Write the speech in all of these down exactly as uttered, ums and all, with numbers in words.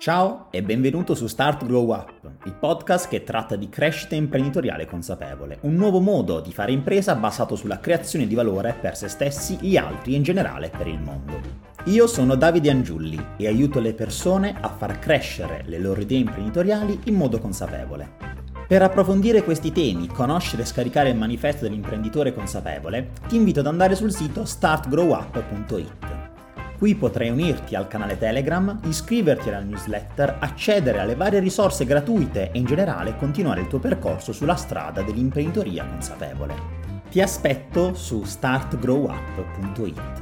Ciao e benvenuto su Start Grow Up, il podcast che tratta di crescita imprenditoriale consapevole, un nuovo modo di fare impresa basato sulla creazione di valore per se stessi, gli altri e in generale per il mondo. Io sono Davide Angiulli e aiuto le persone a far crescere le loro idee imprenditoriali in modo consapevole. Per approfondire questi temi, conoscere e scaricare il manifesto dell'imprenditore consapevole, ti invito ad andare sul sito start grow up punto it. Qui potrai unirti al canale Telegram, iscriverti alla newsletter, accedere alle varie risorse gratuite e in generale continuare il tuo percorso sulla strada dell'imprenditoria consapevole. Ti aspetto su start grow up punto it.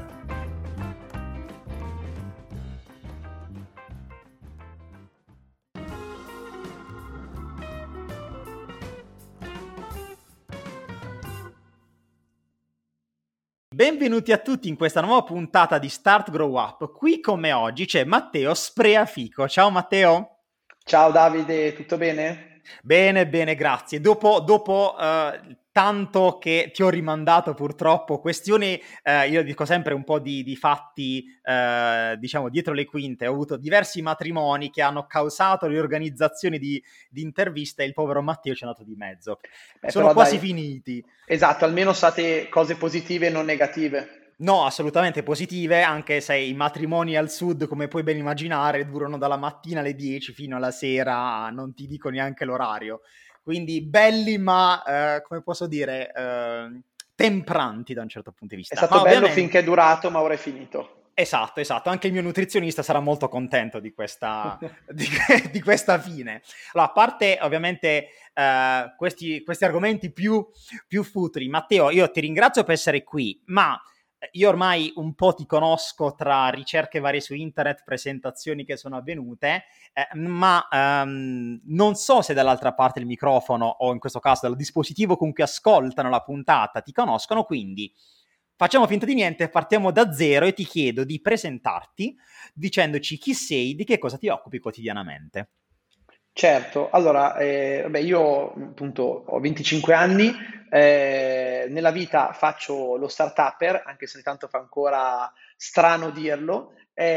Benvenuti a tutti in questa nuova puntata di Start Grow Up. Qui come oggi c'è Matteo Spreafico. Ciao Matteo. Ciao Davide, tutto bene? Bene, bene, grazie. Dopo, dopo uh, tanto che ti ho rimandato purtroppo, questioni, uh, io dico sempre un po' di, di fatti, uh, diciamo, dietro le quinte. Ho avuto diversi matrimoni che hanno causato le organizzazioni di, di interviste e il povero Matteo ci è andato di mezzo. Beh, Sono però quasi dai, finiti. esatto, almeno state cose positive e non negative. No, assolutamente positive, anche se i matrimoni al sud, come puoi ben immaginare, durano dalla mattina alle dieci fino alla sera, non ti dico neanche l'orario. Quindi belli, ma, eh, come posso dire, eh, tempranti da un certo punto di È vista. stato Ma bello ovviamente... finché è durato, ma ora è finito. Esatto, esatto, anche il mio nutrizionista sarà molto contento di questa, di, di questa fine. Allora, a parte ovviamente eh, questi, questi argomenti più, più futuri, Matteo, io ti ringrazio per essere qui, ma io ormai un po' ti conosco tra ricerche varie su internet, presentazioni che sono avvenute, eh, ma ehm, non so se dall'altra parte del microfono o in questo caso dal dispositivo con cui ascoltano la puntata ti conoscono, quindi facciamo finta di niente, partiamo da zero e ti chiedo di presentarti dicendoci chi sei, di che cosa ti occupi quotidianamente. Certo, allora, eh, vabbè, io appunto ho venticinque anni, eh, nella vita faccio lo start-upper, anche se ogni tanto fa ancora strano dirlo.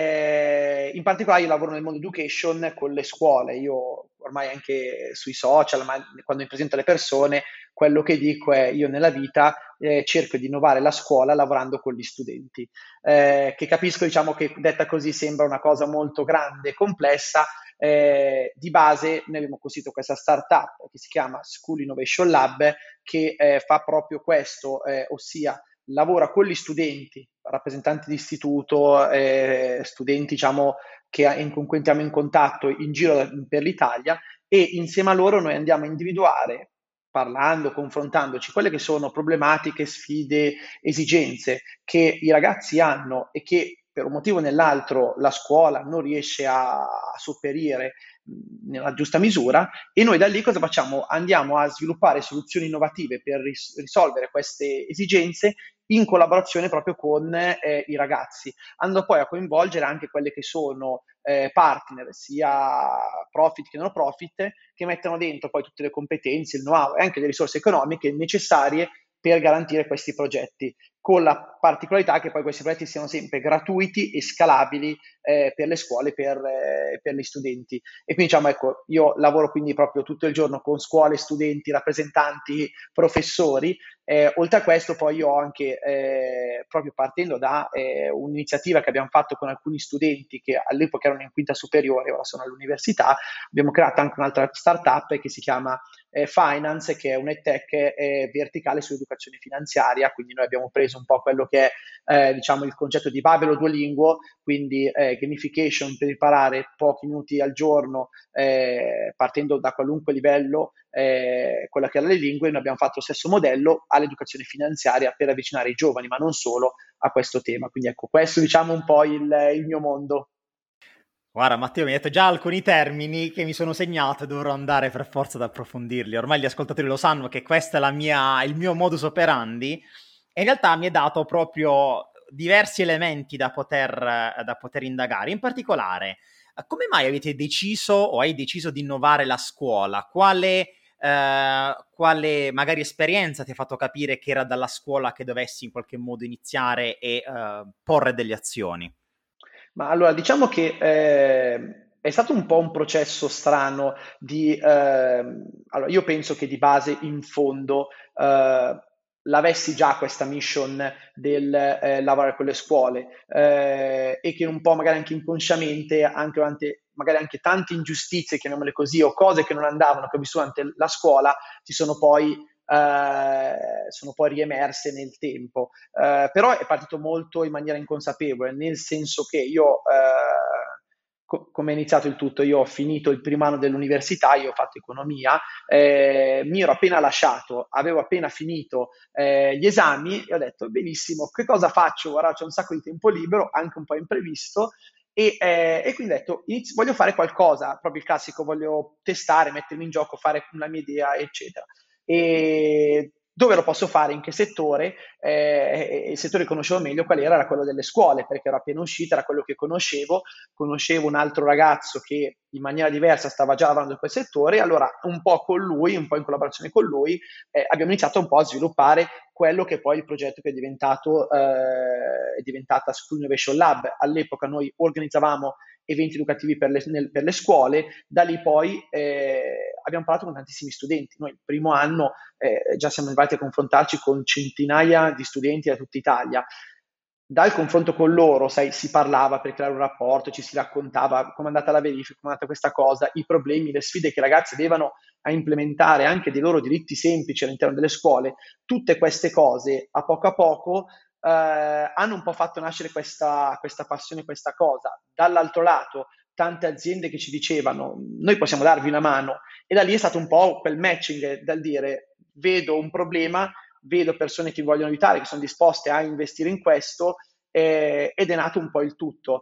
Eh, in particolare io lavoro nel mondo education con le scuole, io ormai anche sui social, ma quando mi presento alle persone, quello che dico è io nella vita eh, cerco di innovare la scuola lavorando con gli studenti, eh, che capisco, diciamo che detta così sembra una cosa molto grande e complessa. Eh, di base noi abbiamo costruito questa startup che si chiama School Innovation Lab che eh, fa proprio questo, eh, ossia lavora con gli studenti, rappresentanti di istituto, eh, studenti diciamo che, con cui entriamo in contatto in giro per l'Italia e insieme a loro noi andiamo a individuare, parlando, confrontandoci, quelle che sono problematiche, sfide, esigenze che i ragazzi hanno e che per un motivo o nell'altro la scuola non riesce a, a sopperire mh, nella giusta misura e noi da lì cosa facciamo? Andiamo a sviluppare soluzioni innovative per ris- risolvere queste esigenze in collaborazione proprio con eh, i ragazzi, andando poi a coinvolgere anche quelle che sono eh, partner, sia profit che non profit, che mettono dentro poi tutte le competenze, il know-how e anche le risorse economiche necessarie per garantire questi progetti, con la particolarità che poi questi progetti siano sempre gratuiti e scalabili eh, per le scuole, per, eh, per gli studenti. E quindi diciamo, ecco, io lavoro quindi proprio tutto il giorno con scuole, studenti, rappresentanti, professori. Eh, oltre a questo poi io ho anche, eh, proprio partendo da eh, un'iniziativa che abbiamo fatto con alcuni studenti che all'epoca erano in quinta superiore, ora sono all'università, abbiamo creato anche un'altra startup che si chiama eh, Finance, che è un edtech eh, verticale sull'educazione finanziaria, quindi noi abbiamo preso un po' quello che è eh, diciamo il concetto di Babel o Duolingo, quindi eh, gamification per imparare pochi minuti al giorno eh, partendo da qualunque livello eh, quella che era le lingue. Noi abbiamo fatto lo stesso modello all'educazione finanziaria per avvicinare i giovani, ma non solo, a questo tema. Quindi ecco, questo diciamo un po' il, il mio mondo. Guarda Matteo, mi hai detto già alcuni termini che mi sono segnato e dovrò andare per forza ad approfondirli. Ormai gli ascoltatori lo sanno che questo è la mia, il mio modus operandi e in realtà mi ha dato proprio diversi elementi da poter, da poter indagare. In particolare, come mai avete deciso o hai deciso di innovare la scuola? Quale, eh, quale magari esperienza ti ha fatto capire che era dalla scuola che dovessi in qualche modo iniziare e eh, porre delle azioni? Ma allora, diciamo che eh, È stato un po' un processo strano di... ehm, allora, io penso che di base, in fondo, eh, l'avessi già questa mission del eh, lavorare con le scuole, eh, e che un po' magari anche inconsciamente, anche durante magari anche tante ingiustizie, chiamiamole così, o cose che non andavano, che ho vissuto durante la scuola, si sono poi, eh, sono poi riemerse nel tempo. Eh, però è partito molto in maniera inconsapevole, nel senso che io, eh, co- come è iniziato il tutto? Io ho finito il primo anno dell'università, io ho fatto economia, eh, mi ero appena lasciato, avevo appena finito eh, gli esami e ho detto, benissimo, che cosa faccio? Ora c'è un sacco di tempo libero, anche un po' imprevisto, e, eh, e quindi ho detto, inizio- voglio fare qualcosa, proprio il classico, voglio testare, mettermi in gioco, fare la mia idea, eccetera. E dove lo posso fare, in che settore? Eh, il settore che conoscevo meglio qual era? Era quello delle scuole, perché ero appena uscita, era quello che conoscevo, conoscevo un altro ragazzo che in maniera diversa stava già lavorando in quel settore, allora un po' con lui, un po' in collaborazione con lui, eh, abbiamo iniziato un po' a sviluppare quello che poi è il progetto che è diventato, eh, è diventata School Innovation Lab. All'epoca noi organizzavamo eventi educativi per le, nel, per le scuole, da lì poi eh, abbiamo parlato con tantissimi studenti. Noi il primo anno eh, già siamo arrivati a confrontarci con centinaia di studenti da tutta Italia. Dal confronto con loro, sai, si parlava per creare un rapporto, ci si raccontava come è andata la verifica, come è andata questa cosa, i problemi, le sfide che i ragazzi avevano a implementare, anche dei loro diritti semplici all'interno delle scuole. Tutte queste cose, a poco a poco, eh, hanno un po' fatto nascere questa, questa passione, questa cosa. Dall'altro lato, tante aziende che ci dicevano, noi possiamo darvi una mano, e da lì è stato un po' quel matching dal dire, vedo un problema, vedo persone che vogliono aiutare, che sono disposte a investire in questo, eh, ed è nato un po' il tutto.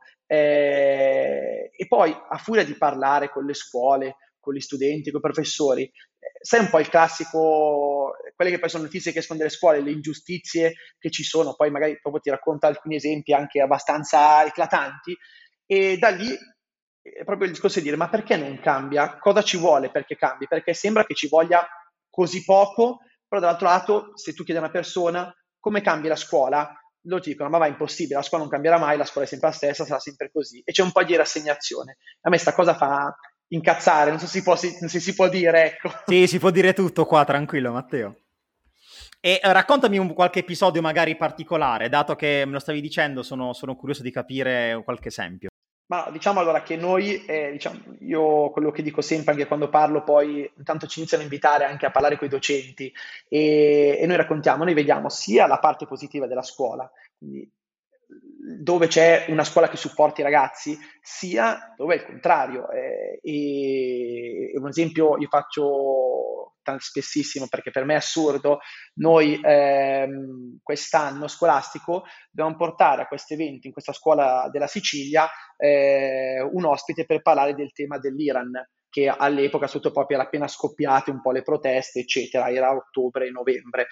Eh, e poi, a furia di parlare con le scuole, con gli studenti, con i professori, eh, sai un po' il classico, quelle che poi sono notizie che escono dalle scuole, le ingiustizie che ci sono, poi magari proprio ti racconto alcuni esempi anche abbastanza eclatanti, e da lì è proprio il discorso di dire, ma perché non cambia? Cosa ci vuole perché cambi? Perché sembra che ci voglia così poco, però dall'altro lato, se tu chiedi a una persona come cambi la scuola, loro ti dicono, ma va, è impossibile, la scuola non cambierà mai, la scuola è sempre la stessa, sarà sempre così. E c'è un po' di rassegnazione. A me sta cosa fa incazzare, non so se si può, se si può dire, ecco. Sì, si può dire tutto qua, tranquillo, Matteo. E eh, raccontami un, qualche episodio magari particolare, dato che me lo stavi dicendo, sono, sono curioso di capire qualche esempio. Ma diciamo allora che noi, eh, diciamo, io quello che dico sempre anche quando parlo, poi intanto ci iniziano a invitare anche a parlare con i docenti, e, e noi raccontiamo, noi vediamo sia la parte positiva della scuola, quindi dove c'è una scuola che supporti i ragazzi, sia dove è il contrario. Eh, e, e un esempio io faccio tan- spessissimo perché per me è assurdo, noi ehm, quest'anno scolastico dobbiamo portare a questo evento in questa scuola della Sicilia eh, un ospite per parlare del tema dell'Iran, che all'epoca sotto proprio era appena scoppiate un po' le proteste, eccetera, era ottobre, novembre.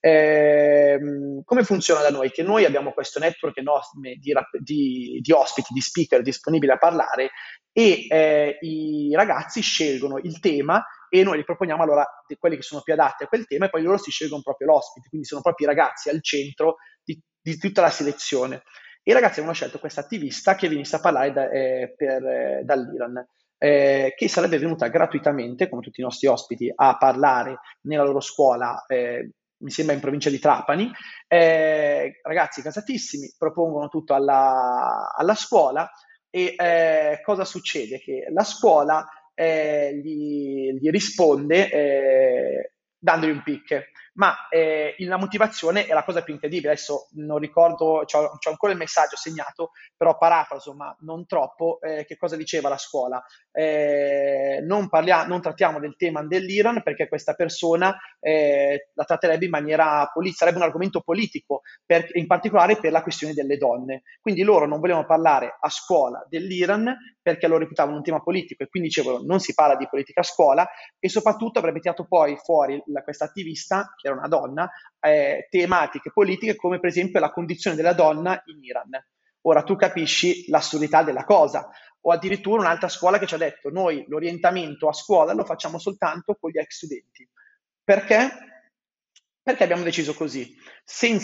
Ehm, come funziona da noi? Che noi abbiamo questo network enorme di, rap- di- di ospiti, di speaker disponibili a parlare, e eh, i ragazzi scelgono il tema e noi li proponiamo allora di quelli che sono più adatti a quel tema, e poi loro si scelgono proprio l'ospite, quindi sono proprio i ragazzi al centro di, di tutta la selezione. E i ragazzi avevano scelto questa attivista che venisse a parlare da- eh, per, eh, dall'Iran, eh, che sarebbe venuta gratuitamente, come tutti i nostri ospiti, a parlare nella loro scuola, eh, mi sembra in provincia di Trapani. Eh, ragazzi casatissimi, propongono tutto alla, alla scuola, e eh, cosa succede? Che la scuola eh, gli, gli risponde eh, dandogli un pick, ma eh, la motivazione è la cosa più incredibile. Adesso non ricordo, c'ho, c'ho ancora il messaggio segnato, però parafraso, ma non troppo. Eh, che cosa diceva la scuola? Eh, non, parliamo, non trattiamo del tema dell'Iran perché questa persona eh, la tratterebbe in maniera politica, sarebbe un argomento politico, per, in particolare per la questione delle donne. Quindi loro non volevano parlare a scuola dell'Iran perché lo reputavano un tema politico, e quindi dicevano non si parla di politica a scuola, e soprattutto avrebbe tirato poi fuori questa attivista, che era una donna, eh, tematiche politiche come per esempio la condizione della donna in Iran. Ora tu capisci l'assurdità della cosa, o addirittura un'altra scuola che ci ha detto noi l'orientamento a scuola lo facciamo soltanto con gli ex studenti. Perché? Perché abbiamo deciso così,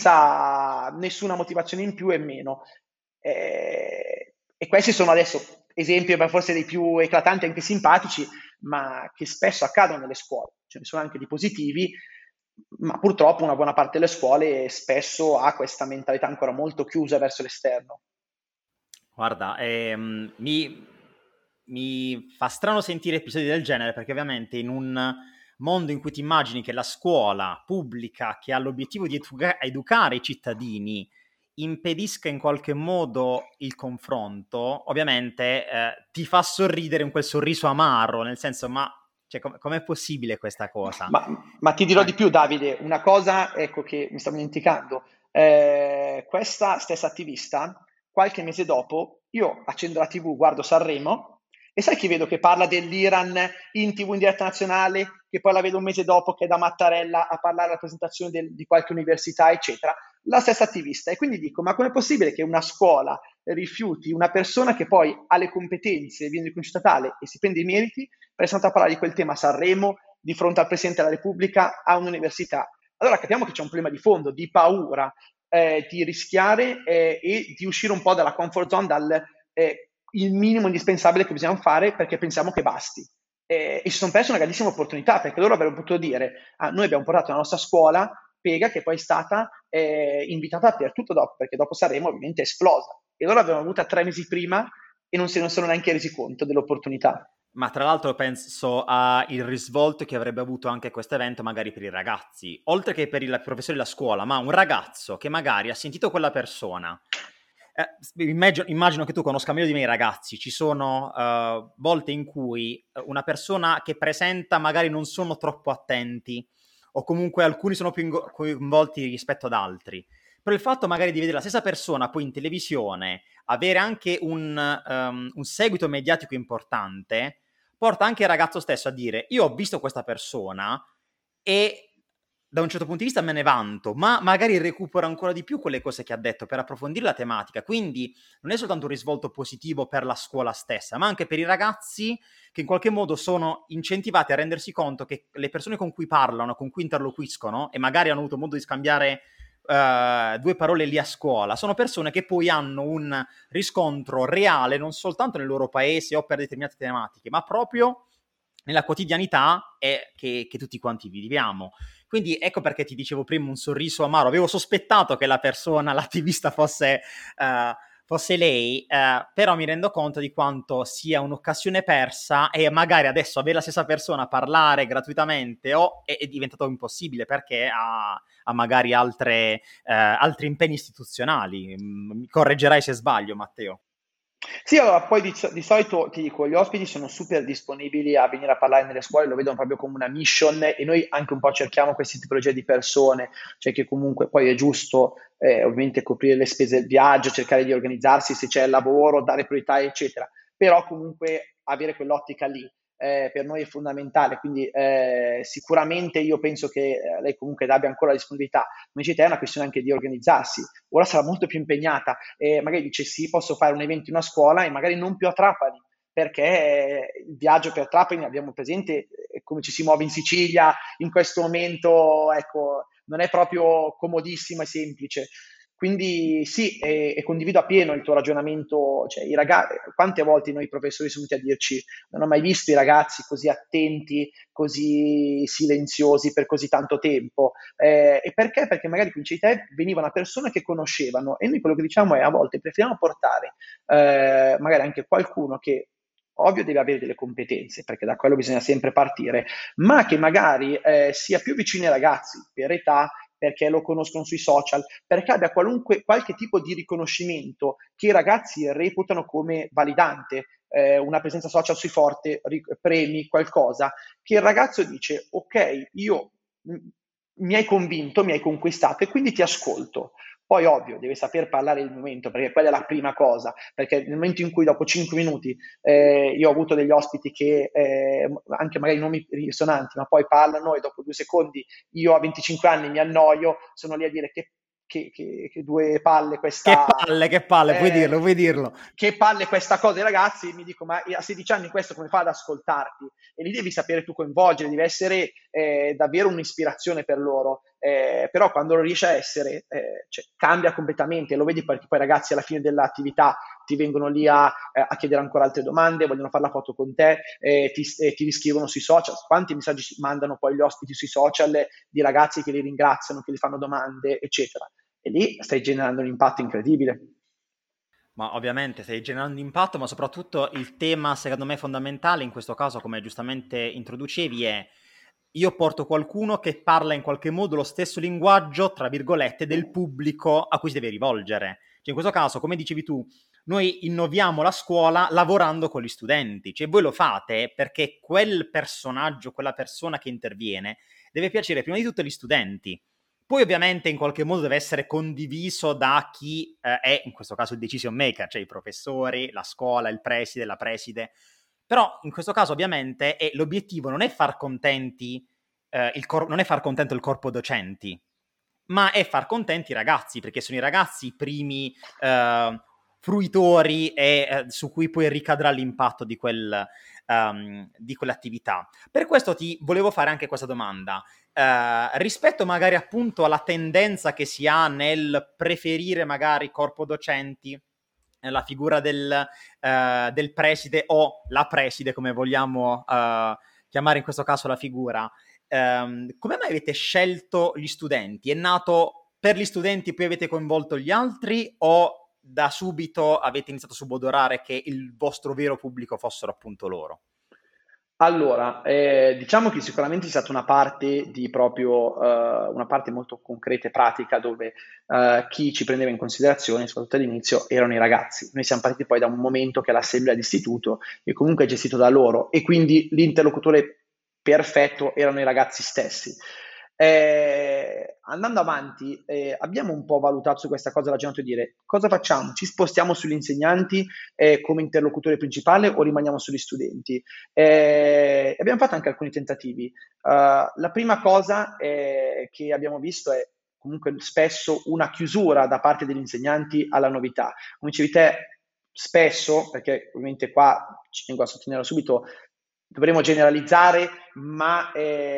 senza nessuna motivazione in più e meno. Eh, e questi sono adesso esempi beh, forse dei più eclatanti e anche simpatici, ma che spesso accadono nelle scuole. Ce ne sono anche di positivi, ma purtroppo una buona parte delle scuole spesso ha questa mentalità ancora molto chiusa verso l'esterno. Guarda, ehm, mi, mi fa strano sentire episodi del genere perché ovviamente in un mondo in cui ti immagini che la scuola pubblica, che ha l'obiettivo di educa- educare i cittadini, impedisca in qualche modo il confronto, ovviamente eh, ti fa sorridere in quel sorriso amaro, nel senso, ma cioè, com- com'è possibile questa cosa? Ma, ma ti dirò di Ma- più, Davide, una cosa, ecco, che mi stavo dimenticando. Eh, questa stessa attivista, qualche mese dopo, io accendo la T V, guardo Sanremo e sai chi vedo che parla dell'Iran in T V in diretta nazionale, che poi la vedo un mese dopo che è da Mattarella a parlare alla presentazione del- di qualche università, eccetera. La stessa attivista. E quindi dico, ma com'è possibile che una scuola rifiuti una persona che poi ha le competenze, viene riconosciuta tale e si prende i meriti, per essere andato a parlare di quel tema a Sanremo, di fronte al Presidente della Repubblica, a un'università? Allora capiamo che c'è un problema di fondo, di paura, eh, di rischiare eh, e di uscire un po' dalla comfort zone, dal eh, il minimo indispensabile che bisogna fare perché pensiamo che basti. Eh, e si sono perse una grandissima opportunità perché loro avrebbero potuto dire: ah, noi abbiamo portato la nostra scuola Pega, che poi è stata eh, invitata dappertutto dopo, perché dopo Sanremo ovviamente è esplosa. E loro l'avevano avuta tre mesi prima e non se ne sono neanche resi conto dell'opportunità. Ma tra l'altro penso al risvolto che avrebbe avuto anche questo evento magari per i ragazzi, oltre che per il professore della scuola, ma un ragazzo che magari ha sentito quella persona. Eh, immagino, immagino che tu conosca meglio di me i ragazzi, ci sono uh, volte in cui una persona che presenta magari non sono troppo attenti o comunque alcuni sono più ingo- coinvolti rispetto ad altri. Però il fatto magari di vedere la stessa persona poi in televisione, avere anche un, um, un seguito mediatico importante, porta anche il ragazzo stesso a dire: io ho visto questa persona e da un certo punto di vista me ne vanto, ma magari recupero ancora di più quelle cose che ha detto per approfondire la tematica. Quindi non è soltanto un risvolto positivo per la scuola stessa, ma anche per i ragazzi che in qualche modo sono incentivati a rendersi conto che le persone con cui parlano, con cui interloquiscono e magari hanno avuto modo di scambiare uh, due parole lì a scuola, sono persone che poi hanno un riscontro reale non soltanto nel loro paese o per determinate tematiche, ma proprio nella quotidianità e che, che tutti quanti viviamo. Quindi ecco perché ti dicevo prima un sorriso amaro. Avevo sospettato che la persona, l'attivista fosse, uh, fosse lei, uh, però mi rendo conto di quanto sia un'occasione persa e magari adesso avere la stessa persona a parlare gratuitamente o è, è diventato impossibile perché ha, ha magari altre, uh, altri impegni istituzionali. Mi correggerai se sbaglio, Matteo. Sì, allora poi di, di solito ti dico, gli ospiti sono super disponibili a venire a parlare nelle scuole, lo vedono proprio come una mission e noi anche un po' cerchiamo queste tipologie di persone, cioè che comunque poi è giusto eh, ovviamente coprire le spese del viaggio, cercare di organizzarsi se c'è il lavoro, dare priorità, eccetera, però comunque avere quell'ottica lì eh, per noi è fondamentale, quindi eh, sicuramente io penso che eh, lei comunque abbia ancora la disponibilità, come dici te è una questione anche di organizzarsi, ora sarà molto più impegnata e magari dice sì, posso fare un evento in una scuola e magari non più a Trapani, perché il viaggio per Trapani abbiamo presente eh, come ci si muove in Sicilia in questo momento, ecco, non è proprio comodissimo e semplice. Quindi sì, e, e condivido appieno il tuo ragionamento, cioè, i ragazzi, quante volte noi professori siamo venuti a dirci non ho mai visto i ragazzi così attenti, così silenziosi per così tanto tempo. Eh, e perché? Perché magari qui in città venivano persone che conoscevano e noi quello che diciamo è a volte preferiamo portare eh, magari anche qualcuno che ovvio deve avere delle competenze, perché da quello bisogna sempre partire, ma che magari eh, sia più vicino ai ragazzi per età, perché lo conoscono sui social, perché abbia qualunque, qualche tipo di riconoscimento che i ragazzi reputano come validante, eh, una presenza social sui forte, ric- premi, qualcosa, che il ragazzo dice, ok, io mh, mi hai convinto, mi hai conquistato e quindi ti ascolto. Poi ovvio, deve saper parlare il momento, perché quella è la prima cosa, perché nel momento in cui dopo cinque minuti eh, io ho avuto degli ospiti che eh, anche magari nomi risonanti, ma poi parlano e dopo due secondi io a venticinque anni mi annoio, sono lì a dire che, che, che, che due palle Che questa... palle, che palle, puoi dirlo, Eh, puoi dirlo. che palle questa cosa, i ragazzi mi dico, ma a sedici anni questo come fa ad ascoltarti? E li devi sapere tu coinvolgere, devi essere è davvero un'ispirazione per loro. Eh, però quando lo riesci a essere, eh, cioè, cambia completamente, lo vedi perché poi i ragazzi alla fine dell'attività ti vengono lì a, eh, a chiedere ancora altre domande, vogliono fare la foto con te, eh, ti, eh, ti riscrivono sui social. Quanti messaggi si mandano poi gli ospiti sui social di ragazzi che li ringraziano, che gli fanno domande, eccetera. E lì stai generando un impatto incredibile. Ma ovviamente stai generando impatto, ma soprattutto il tema secondo me fondamentale in questo caso, come giustamente introducevi, è: io porto qualcuno che parla in qualche modo lo stesso linguaggio, tra virgolette, del pubblico a cui si deve rivolgere. Cioè in questo caso, come dicevi tu, noi innoviamo la scuola lavorando con gli studenti, cioè voi lo fate perché quel personaggio, quella persona che interviene deve piacere prima di tutto agli studenti. Poi ovviamente in qualche modo deve essere condiviso da chi eh, è, in questo caso, il decision maker, cioè i professori, la scuola, il preside, la preside. Però in questo caso ovviamente è, l'obiettivo non è far contenti, eh, il cor- non è far contento il corpo docenti, ma è far contenti i ragazzi, perché sono i ragazzi i primi eh, fruitori e eh, su cui poi ricadrà l'impatto di, quel, um, di quell'attività. Per questo ti volevo fare anche questa domanda. Uh, rispetto magari appunto alla tendenza che si ha nel preferire magari corpo docenti, la figura del, uh, del preside o la preside, come vogliamo uh, chiamare in questo caso la figura, um, come mai avete scelto gli studenti? È nato per gli studenti, poi avete coinvolto gli altri, o da subito avete iniziato a subodorare che il vostro vero pubblico fossero appunto loro? Allora, eh, diciamo che sicuramente c'è stata una parte di proprio, eh, una parte molto concreta e pratica dove eh, chi ci prendeva in considerazione, soprattutto all'inizio, erano i ragazzi. Noi siamo partiti poi da un momento che è l'assemblea d'istituto e comunque è gestito da loro e quindi l'interlocutore perfetto erano i ragazzi stessi. Eh, andando avanti, eh, abbiamo un po' valutato su questa cosa, ragionato di dire cosa facciamo? Ci spostiamo sugli insegnanti eh, come interlocutore principale o rimaniamo sugli studenti? Eh, abbiamo fatto anche alcuni tentativi. Uh, la prima cosa eh, che abbiamo visto è comunque spesso una chiusura da parte degli insegnanti alla novità. Come dicevi te, spesso, perché ovviamente qua ci tengo a sottolinearlo subito, dovremo generalizzare, ma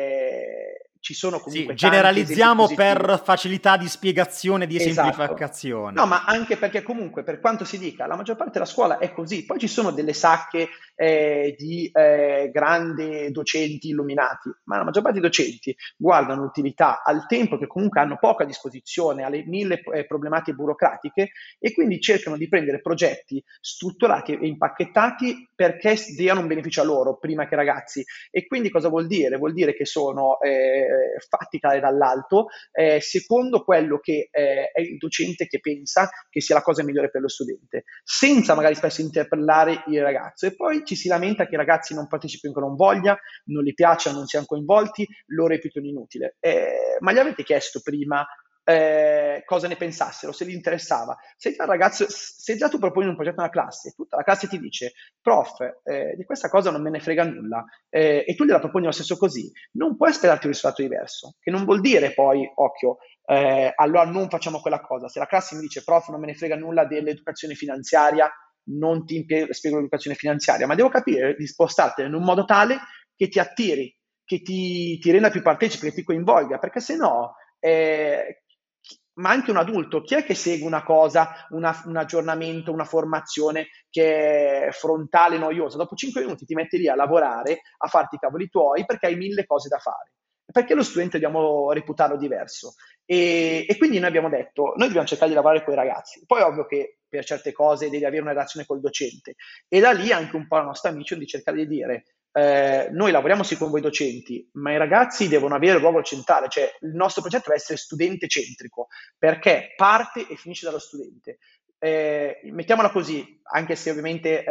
eh, ci sono Sì, comunque tanti esempi generalizziamo positivi. per facilità di spiegazione, di Esatto. esemplificazione. No, ma anche perché comunque, per quanto si dica, la maggior parte della scuola è così. Poi ci sono delle sacche eh, di eh, grandi docenti illuminati, ma la maggior parte dei docenti guardano l'utilità al tempo che comunque hanno poca disposizione, alle mille eh, problematiche burocratiche e quindi cercano di prendere progetti strutturati e impacchettati perché diano un beneficio a loro prima che ai ragazzi. E quindi cosa vuol dire? Vuol dire che sono eh, fatti cadere dall'alto eh, secondo quello che eh, è il docente che pensa che sia la cosa migliore per lo studente, senza magari spesso interpellare il ragazzo. E poi ci si lamenta che i ragazzi non partecipino, che non voglia, non gli piaccia, non siano coinvolti, lo reputano inutile. Eh, ma gli avete chiesto prima eh, cosa ne pensassero, se gli interessava? Se già, il ragazzo, se già tu proponi un progetto a una classe e tutta la classe ti dice prof, eh, di questa cosa non me ne frega nulla, eh, e tu gliela proponi lo stesso così, non puoi aspettarti un risultato diverso, che non vuol dire poi, occhio, eh, allora non facciamo quella cosa. Se la classe mi dice prof non me ne frega nulla dell'educazione finanziaria, non ti spiego l'educazione finanziaria, ma devo capire di spostartela in un modo tale che ti attiri, che ti, ti renda più partecipe, che ti coinvolga, perché se no, eh, ma anche un adulto, chi è che segue una cosa, una, un aggiornamento, una formazione che è frontale, noiosa? Dopo cinque minuti ti metti lì a lavorare, a farti i cavoli tuoi perché hai mille cose da fare. Perché lo studente dobbiamo reputarlo diverso. E, e quindi noi abbiamo detto, noi dobbiamo cercare di lavorare con i ragazzi. Poi è ovvio che per certe cose devi avere una relazione col docente. E da lì anche un po' la nostra mission di cercare di dire, eh, noi lavoriamo sì con voi docenti, ma i ragazzi devono avere il ruolo centrale, cioè il nostro progetto deve essere studente centrico, perché parte e finisce dallo studente. Eh, mettiamola così, anche se ovviamente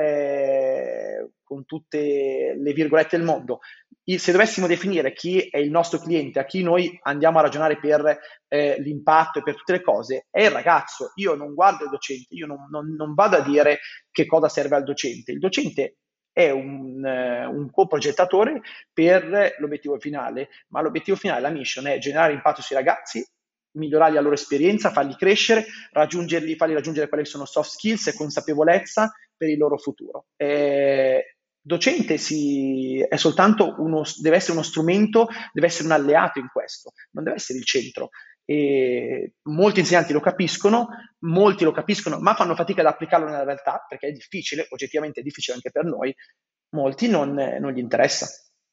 eh, con tutte le virgolette del mondo, se dovessimo definire chi è il nostro cliente, a chi noi andiamo a ragionare per eh, l'impatto e per tutte le cose, è il ragazzo. Io non guardo il docente, io non, non, non vado a dire che cosa serve al docente. Il docente è un, eh, un coprogettatore per l'obiettivo finale, ma l'obiettivo finale, la mission, è generare impatto sui ragazzi, migliorare la loro esperienza, farli crescere, raggiungerli, farli raggiungere quelle che sono soft skills e consapevolezza per il loro futuro. Eh, docente si, è soltanto uno, deve essere uno strumento, deve essere un alleato in questo, non deve essere il centro. E molti insegnanti lo capiscono, molti lo capiscono, ma fanno fatica ad applicarlo nella realtà perché è difficile, oggettivamente è difficile anche per noi, molti non, non gli interessa.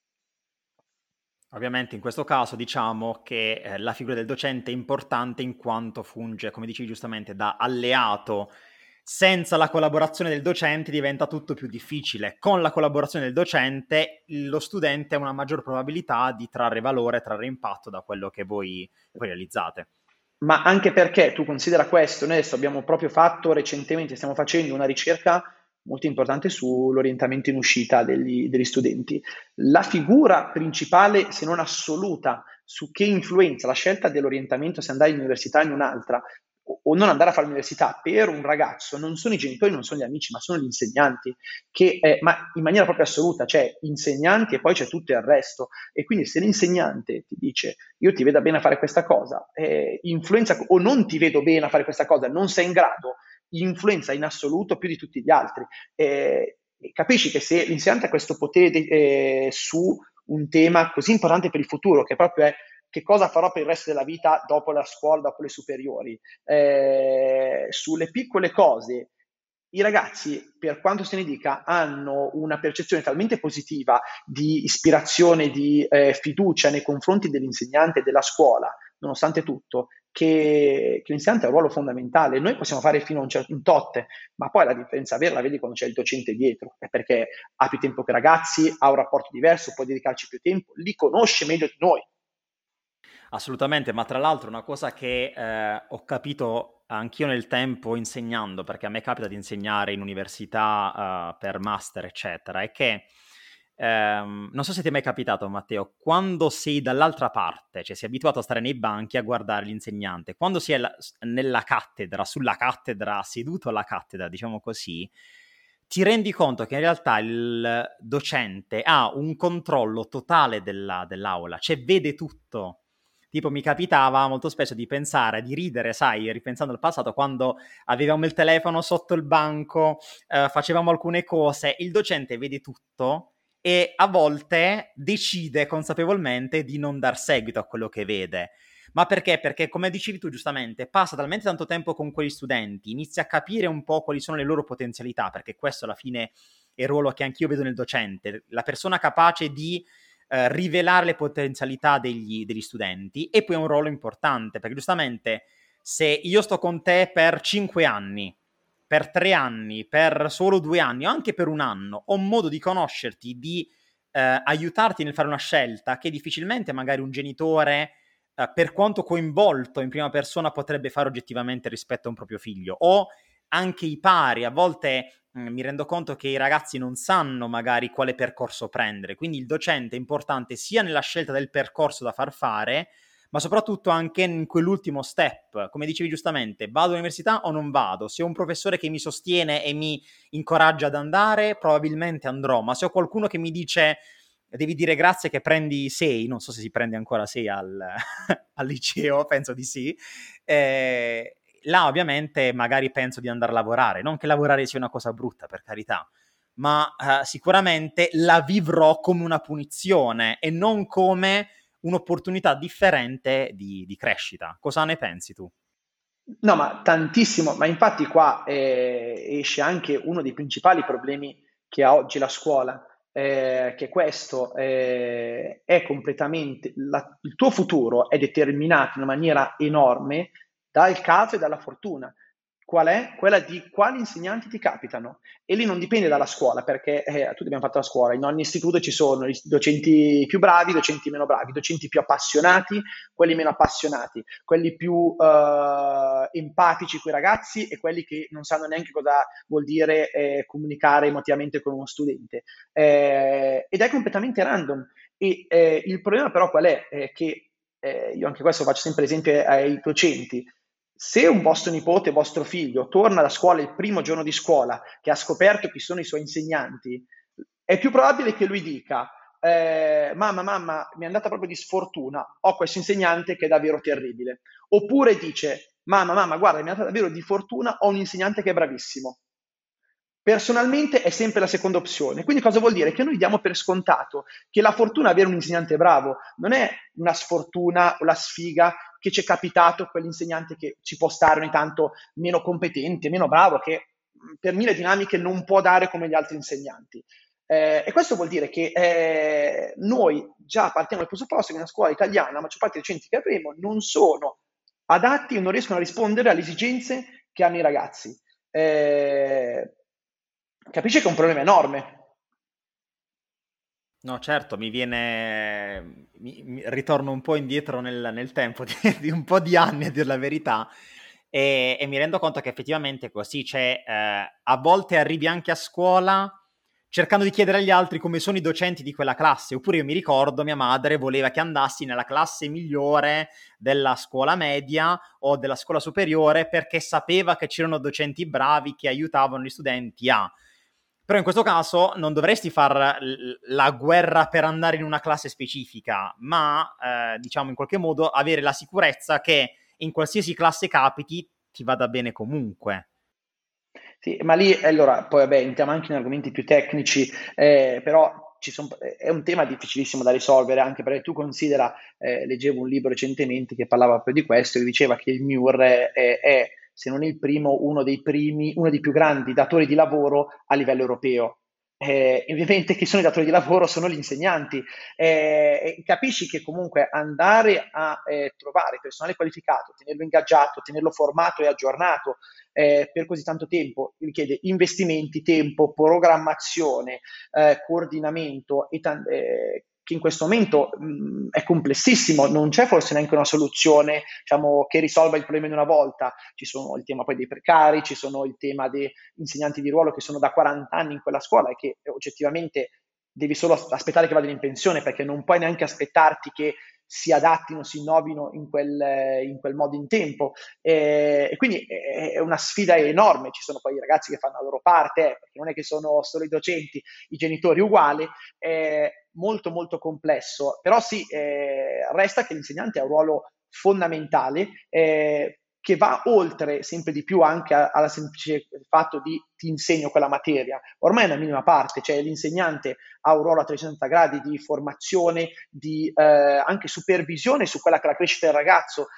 Ovviamente in questo caso diciamo che eh, la figura del docente è importante in quanto funge, come dicevi giustamente, da alleato. Senza la collaborazione del docente diventa tutto più difficile. Con la collaborazione del docente lo studente ha una maggior probabilità di trarre valore, trarre impatto da quello che voi, voi realizzate. Ma anche perché tu considera questo, noi adesso abbiamo proprio fatto recentemente, stiamo facendo una ricerca molto importante sull'orientamento in uscita degli, degli studenti. La figura principale, se non assoluta, su che influenza la scelta dell'orientamento se andare in università o in un'altra, o o non andare a fare l'università per un ragazzo, non sono i genitori, non sono gli amici, ma sono gli insegnanti, che, eh, ma in maniera proprio assoluta, cioè insegnanti e poi c'è tutto il resto. E quindi se l'insegnante ti dice io ti vedo bene a fare questa cosa, eh, influenza o non ti vedo bene a fare questa cosa, non sei in grado, influenza in assoluto più di tutti gli altri. Eh, capisci che se l'insegnante ha questo potere eh, su un tema così importante per il futuro, che proprio è che cosa farò per il resto della vita dopo la scuola, dopo le superiori, eh, sulle piccole cose, i ragazzi, per quanto se ne dica, hanno una percezione talmente positiva di ispirazione, di eh, fiducia nei confronti dell'insegnante e della scuola, nonostante tutto, che, che l'insegnante ha un ruolo fondamentale. Noi possiamo fare fino a un certo un tot, ma poi la differenza vera la vedi quando c'è il docente dietro, è perché ha più tempo che i ragazzi, ha un rapporto diverso, può dedicarci più tempo, li conosce meglio di noi. Assolutamente, ma tra l'altro una cosa che eh, ho capito anch'io nel tempo insegnando, perché a me capita di insegnare in università eh, per master, eccetera, è che ehm, non so se ti è mai capitato, Matteo, quando sei dall'altra parte, cioè sei abituato a stare nei banchi a guardare l'insegnante, quando si è la- nella cattedra, sulla cattedra, seduto alla cattedra, diciamo così, ti rendi conto che in realtà il docente ha un controllo totale della- dell'aula, cioè vede tutto. Tipo mi capitava molto spesso di pensare, di ridere, sai, ripensando al passato, quando avevamo il telefono sotto il banco, eh, facevamo alcune cose, il docente vede tutto e a volte decide consapevolmente di non dar seguito a quello che vede. Ma perché? Perché, come dicevi tu giustamente, passa talmente tanto tempo con quegli studenti, inizia a capire un po' quali sono le loro potenzialità, perché questo alla fine è il ruolo che anch'io vedo nel docente, la persona capace di eh, rivelare le potenzialità degli, degli studenti, e poi è un ruolo importante, perché giustamente se io sto con te per cinque anni, per tre anni, per solo due anni o anche per un anno, ho modo di conoscerti, di eh, aiutarti nel fare una scelta che difficilmente magari un genitore, eh, per quanto coinvolto in prima persona, potrebbe fare oggettivamente rispetto a un proprio figlio, o anche i pari. A volte mh, mi rendo conto che i ragazzi non sanno magari quale percorso prendere, quindi il docente è importante sia nella scelta del percorso da far fare, ma soprattutto anche in quell'ultimo step. Come dicevi giustamente, vado all'università o non vado? Se ho un professore che mi sostiene e mi incoraggia ad andare, probabilmente andrò, ma se ho qualcuno che mi dice devi dire grazie che prendi sei, non so se si prende ancora sei al, al liceo, penso di sì, eh, là ovviamente magari penso di andare a lavorare, non che lavorare sia una cosa brutta, per carità, ma eh, sicuramente la vivrò come una punizione e non come un'opportunità differente di, di crescita. Cosa ne pensi tu? No, ma tantissimo, ma infatti qua eh, esce anche uno dei principali problemi che ha oggi la scuola, eh, che questo eh, è completamente, la- il tuo futuro è determinato in una maniera enorme dal caso e dalla fortuna. Qual è? Quella di quali insegnanti ti capitano. E lì non dipende dalla scuola, perché eh, tutti abbiamo fatto la scuola, in ogni istituto ci sono i docenti più bravi, i docenti meno bravi, i docenti più appassionati, quelli meno appassionati, quelli più eh, empatici con i ragazzi e quelli che non sanno neanche cosa vuol dire eh, comunicare emotivamente con uno studente. Eh, ed è completamente random. E eh, il problema però qual è? Eh, che eh, io anche questo faccio sempre esempio ai docenti. Se un vostro nipote, vostro figlio, torna da scuola il primo giorno di scuola, che ha scoperto chi sono i suoi insegnanti, è più probabile che lui dica eh, mamma, mamma, mi è andata proprio di sfortuna, ho questo insegnante che è davvero terribile. Oppure dice, mamma, mamma, guarda, mi è andata davvero di fortuna, ho un insegnante che è bravissimo. Personalmente è sempre la seconda opzione. Quindi cosa vuol dire? Che noi diamo per scontato che la fortuna di avere un insegnante bravo non è una sfortuna o la sfiga che ci è capitato quell'insegnante che ci può stare ogni tanto meno competente, meno bravo, che mh, per mille dinamiche non può dare come gli altri insegnanti. Eh, e questo vuol dire che eh, noi già partiamo dal presupposto che una scuola italiana, la maggior parte dei centri che avremo, non sono adatti o non riescono a rispondere alle esigenze che hanno i ragazzi. Eh, capisci che è un problema enorme. No, certo, mi viene, mi, mi- ritorno un po' indietro nel, nel tempo di, di un po' di anni, a dire la verità, e, e mi rendo conto che effettivamente così c'è, eh, a volte arrivi anche a scuola cercando di chiedere agli altri come sono i docenti di quella classe, oppure io mi ricordo mia madre voleva che andassi nella classe migliore della scuola media o della scuola superiore perché sapeva che c'erano docenti bravi che aiutavano gli studenti a... Però in questo caso non dovresti far l- la guerra per andare in una classe specifica, ma eh, diciamo in qualche modo avere la sicurezza che in qualsiasi classe capiti ti vada bene comunque. Sì, ma lì allora, poi vabbè, entriamo anche in argomenti più tecnici, eh, però ci son- è un tema difficilissimo da risolvere, anche perché tu considera, eh, leggevo un libro recentemente che parlava proprio di questo, e diceva che il M I U R è, è, se non il primo, uno dei primi, uno dei più grandi datori di lavoro a livello europeo. Eh, ovviamente chi sono i datori di lavoro sono gli insegnanti. Eh, e capisci che comunque andare a eh, trovare personale qualificato, tenerlo ingaggiato, tenerlo formato e aggiornato eh, per così tanto tempo richiede investimenti, tempo, programmazione, eh, coordinamento e tan- eh, che in questo momento mh, è complessissimo, non c'è forse neanche una soluzione, diciamo, che risolva il problema in una volta. Ci sono il tema poi dei precari, ci sono il tema dei insegnanti di ruolo che sono da quaranta anni in quella scuola e che oggettivamente devi solo aspettare che vadano in pensione, perché non puoi neanche aspettarti che si adattino, si innovino in quel, in quel modo in tempo. E, e quindi è, è una sfida enorme. Ci sono poi i ragazzi che fanno la loro parte, eh, perché non è che sono solo i docenti, i genitori uguali. È molto molto complesso, però sì, eh, resta che l'insegnante ha un ruolo fondamentale, eh, che va oltre sempre di più anche al semplice fatto di ti insegno quella materia. Ormai è una minima parte, cioè l'insegnante ha un ruolo a trecentosessanta gradi di formazione, di eh, anche supervisione su quella che è la crescita del ragazzo.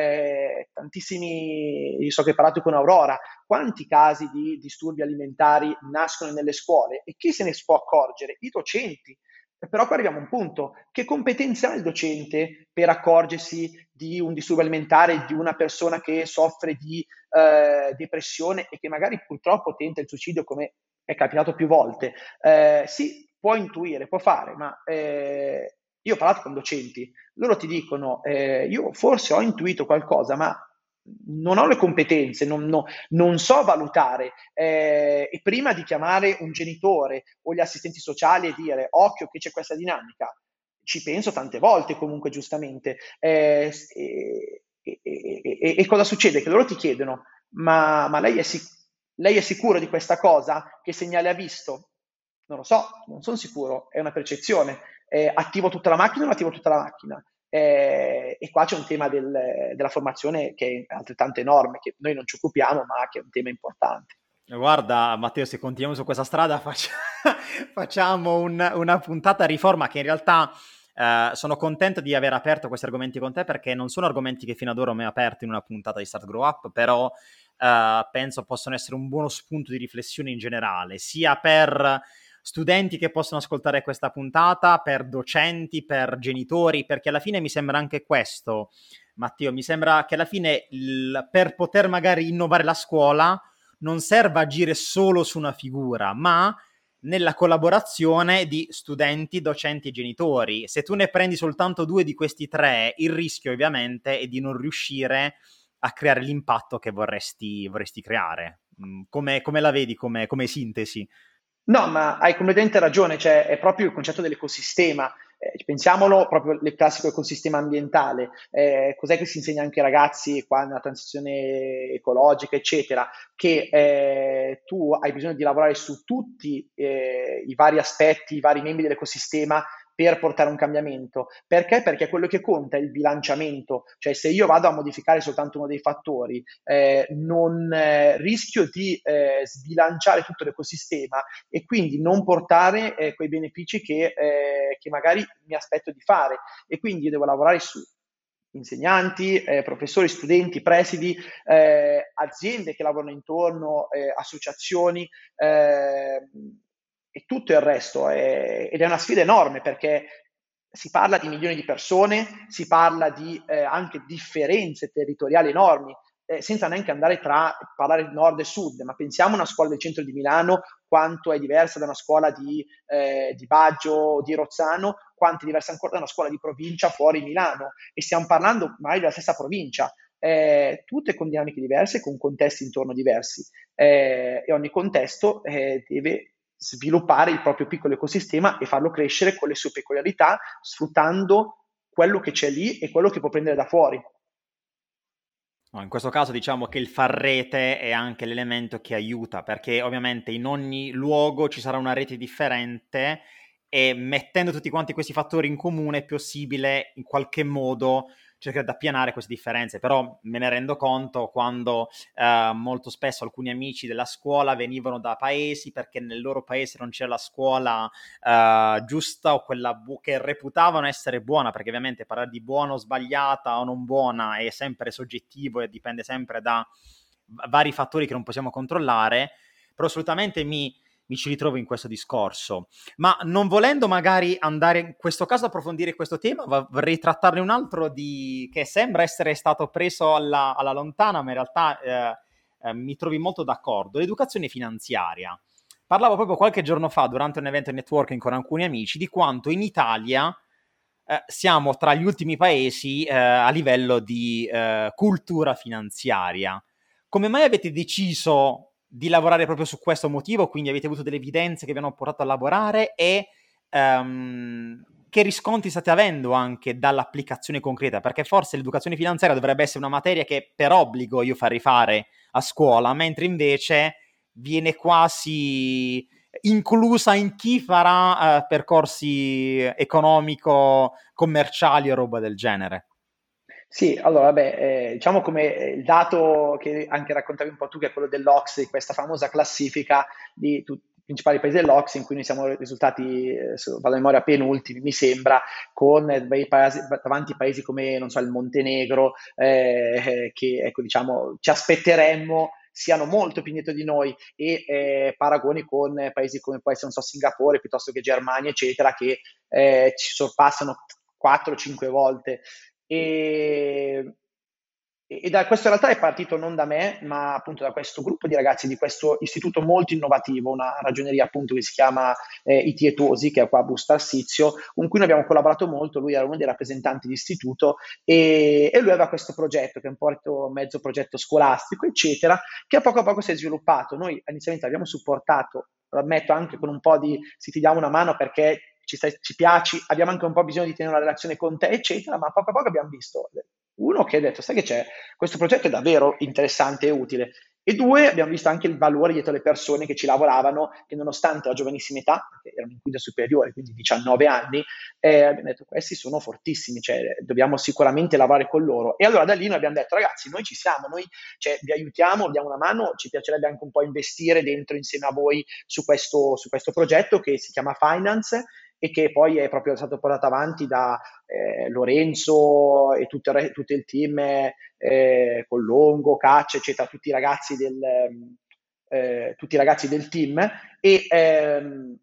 Eh, tantissimi, io so che hai parlato con Aurora, quanti casi di disturbi alimentari nascono nelle scuole e chi se ne può accorgere? I docenti. Però qua arriviamo a un punto: che competenze ha il docente per accorgersi di un disturbo alimentare, di una persona che soffre di eh, depressione e che magari purtroppo tenta il suicidio, come è capitato più volte? Eh, sì, può intuire, può fare, ma eh, io ho parlato con docenti, loro ti dicono, eh, io forse ho intuito qualcosa, ma non ho le competenze, non, no- non so valutare, eh, e prima di chiamare un genitore o gli assistenti sociali e dire occhio che c'è questa dinamica, ci penso tante volte comunque giustamente. Eh, e, e- e- e- e cosa succede? Che loro ti chiedono, ma, ma lei, è sic- lei è sicuro di questa cosa? Che segnale ha visto? Non lo so, non sono sicuro, è una percezione. Eh, attivo tutta la macchina o non attivo tutta la macchina? Eh, e qua c'è un tema del- della formazione che è altrettanto enorme, che noi non ci occupiamo, ma che è un tema importante. Guarda, Matteo, se continuiamo su questa strada faccia- facciamo un- una puntata a riforma che in realtà eh, sono contento di aver aperto questi argomenti con te perché non sono argomenti che fino ad ora ho mai aperto in una puntata di Start Grow Up, però eh, penso possono essere un buono spunto di riflessione in generale, sia per studenti che possono ascoltare questa puntata, per docenti, per genitori, perché alla fine mi sembra anche questo, Matteo, mi sembra che alla fine il- per poter magari innovare la scuola non serve agire solo su una figura, ma nella collaborazione di studenti, docenti e genitori. Se tu ne prendi soltanto due di questi tre, il rischio ovviamente è di non riuscire a creare l'impatto che vorresti, vorresti creare. Mm, Come, come la vedi come, come sintesi? No, ma hai completamente ragione, cioè è proprio il concetto dell'ecosistema. Eh, pensiamolo proprio il classico ecosistema ambientale. Eh, cos'è che si insegna anche ai ragazzi qua nella transizione ecologica, eccetera? Che eh, tu hai bisogno di lavorare su tutti eh, i vari aspetti, i vari membri dell'ecosistema per portare un cambiamento. Perché? Perché quello che conta è il bilanciamento, cioè se io vado a modificare soltanto uno dei fattori, eh, non eh, rischio di eh, sbilanciare tutto l'ecosistema e quindi non portare eh, quei benefici che, eh, che magari mi aspetto di fare. E quindi io devo lavorare su insegnanti, eh, professori, studenti, presidi, eh, aziende che lavorano intorno, eh, associazioni eh, e tutto il resto. È, ed è una sfida enorme perché si parla di milioni di persone, si parla di eh, anche differenze territoriali enormi, eh, senza neanche andare tra parlare di nord e sud, ma pensiamo a una scuola del centro di Milano, quanto è diversa da una scuola di, eh, di Baggio o di Rozzano, quanto è diversa ancora da una scuola di provincia fuori Milano, e stiamo parlando magari della stessa provincia, eh, tutte con dinamiche diverse, con contesti intorno diversi, eh, e ogni contesto eh, deve sviluppare il proprio piccolo ecosistema e farlo crescere con le sue peculiarità, sfruttando quello che c'è lì e quello che può prendere da fuori. No, in questo caso diciamo che il far rete è anche l'elemento che aiuta, perché ovviamente in ogni luogo ci sarà una rete differente e mettendo tutti quanti questi fattori in comune è possibile in qualche modo cercare di appianare queste differenze. Però me ne rendo conto quando eh, molto spesso alcuni amici della scuola venivano da paesi perché nel loro paese non c'era la scuola eh, giusta o quella bu- che reputavano essere buona, perché ovviamente parlare di buona o sbagliata o non buona è sempre soggettivo e dipende sempre da v- vari fattori che non possiamo controllare, però assolutamente mi mi ci ritrovo in questo discorso. Ma non volendo magari andare in questo caso a approfondire questo tema, va- vorrei trattarne un altro di, che sembra essere stato preso alla, alla lontana, ma in realtà eh, eh, mi trovi molto d'accordo. L'educazione finanziaria. Parlavo proprio qualche giorno fa, durante un evento networking con alcuni amici, di quanto in Italia eh, siamo tra gli ultimi paesi eh, a livello di eh, cultura finanziaria. Come mai avete deciso di lavorare proprio su questo motivo? Quindi avete avuto delle evidenze che vi hanno portato a lavorare e um, che riscontri state avendo anche dall'applicazione concreta? Perché forse l'educazione finanziaria dovrebbe essere una materia che per obbligo io farei fare a scuola, mentre invece viene quasi inclusa in chi farà uh, percorsi economico-commerciali o roba del genere. Sì, allora, beh, eh, diciamo come eh, il dato che anche raccontavi un po' tu, che è quello dell'O C S E, di questa famosa classifica di tutti i principali paesi dell'O C S E, in cui noi siamo risultati, eh, se vado a memoria, penultimi, mi sembra, con eh, bei paesi, davanti a paesi come, non so, il Montenegro, eh, che, ecco, diciamo, ci aspetteremmo siano molto più indietro di noi, e eh, paragoni con paesi come può essere, non so, Singapore, piuttosto che Germania, eccetera, che eh, ci sorpassano quattro cinque volte. E, e da questo in realtà è partito non da me, ma appunto da questo gruppo di ragazzi, di questo istituto molto innovativo, una ragioneria appunto che si chiama eh, I T E Tosi, che è qua a Busto Arsizio, con cui noi abbiamo collaborato molto. Lui era uno dei rappresentanti di istituto, e, e lui aveva questo progetto, che è un po' mezzo progetto scolastico, eccetera, che a poco a poco si è sviluppato. Noi inizialmente abbiamo supportato, lo ammetto, anche con un po' di "si ti diamo una mano perché ci, stai, ci piaci, abbiamo anche un po' bisogno di tenere una relazione con te", eccetera, ma poco a poco abbiamo visto, uno, che ha detto, sai che c'è, questo progetto è davvero interessante e utile, e due, abbiamo visto anche il valore dietro le persone che ci lavoravano, che nonostante la giovanissima età, perché erano in quinta superiore, quindi diciannove anni, eh, abbiamo detto, questi sono fortissimi, cioè dobbiamo sicuramente lavorare con loro. E allora da lì noi abbiamo detto, ragazzi, noi ci siamo, noi, cioè, vi aiutiamo, vi diamo una mano, ci piacerebbe anche un po' investire dentro insieme a voi su questo, su questo progetto che si chiama Finance, e che poi è proprio stato portato avanti da eh, Lorenzo e tutto il, tutto il team, eh, Collongo, Caccia, eccetera, tutti i ragazzi del, eh, tutti i ragazzi del team, e, ehm,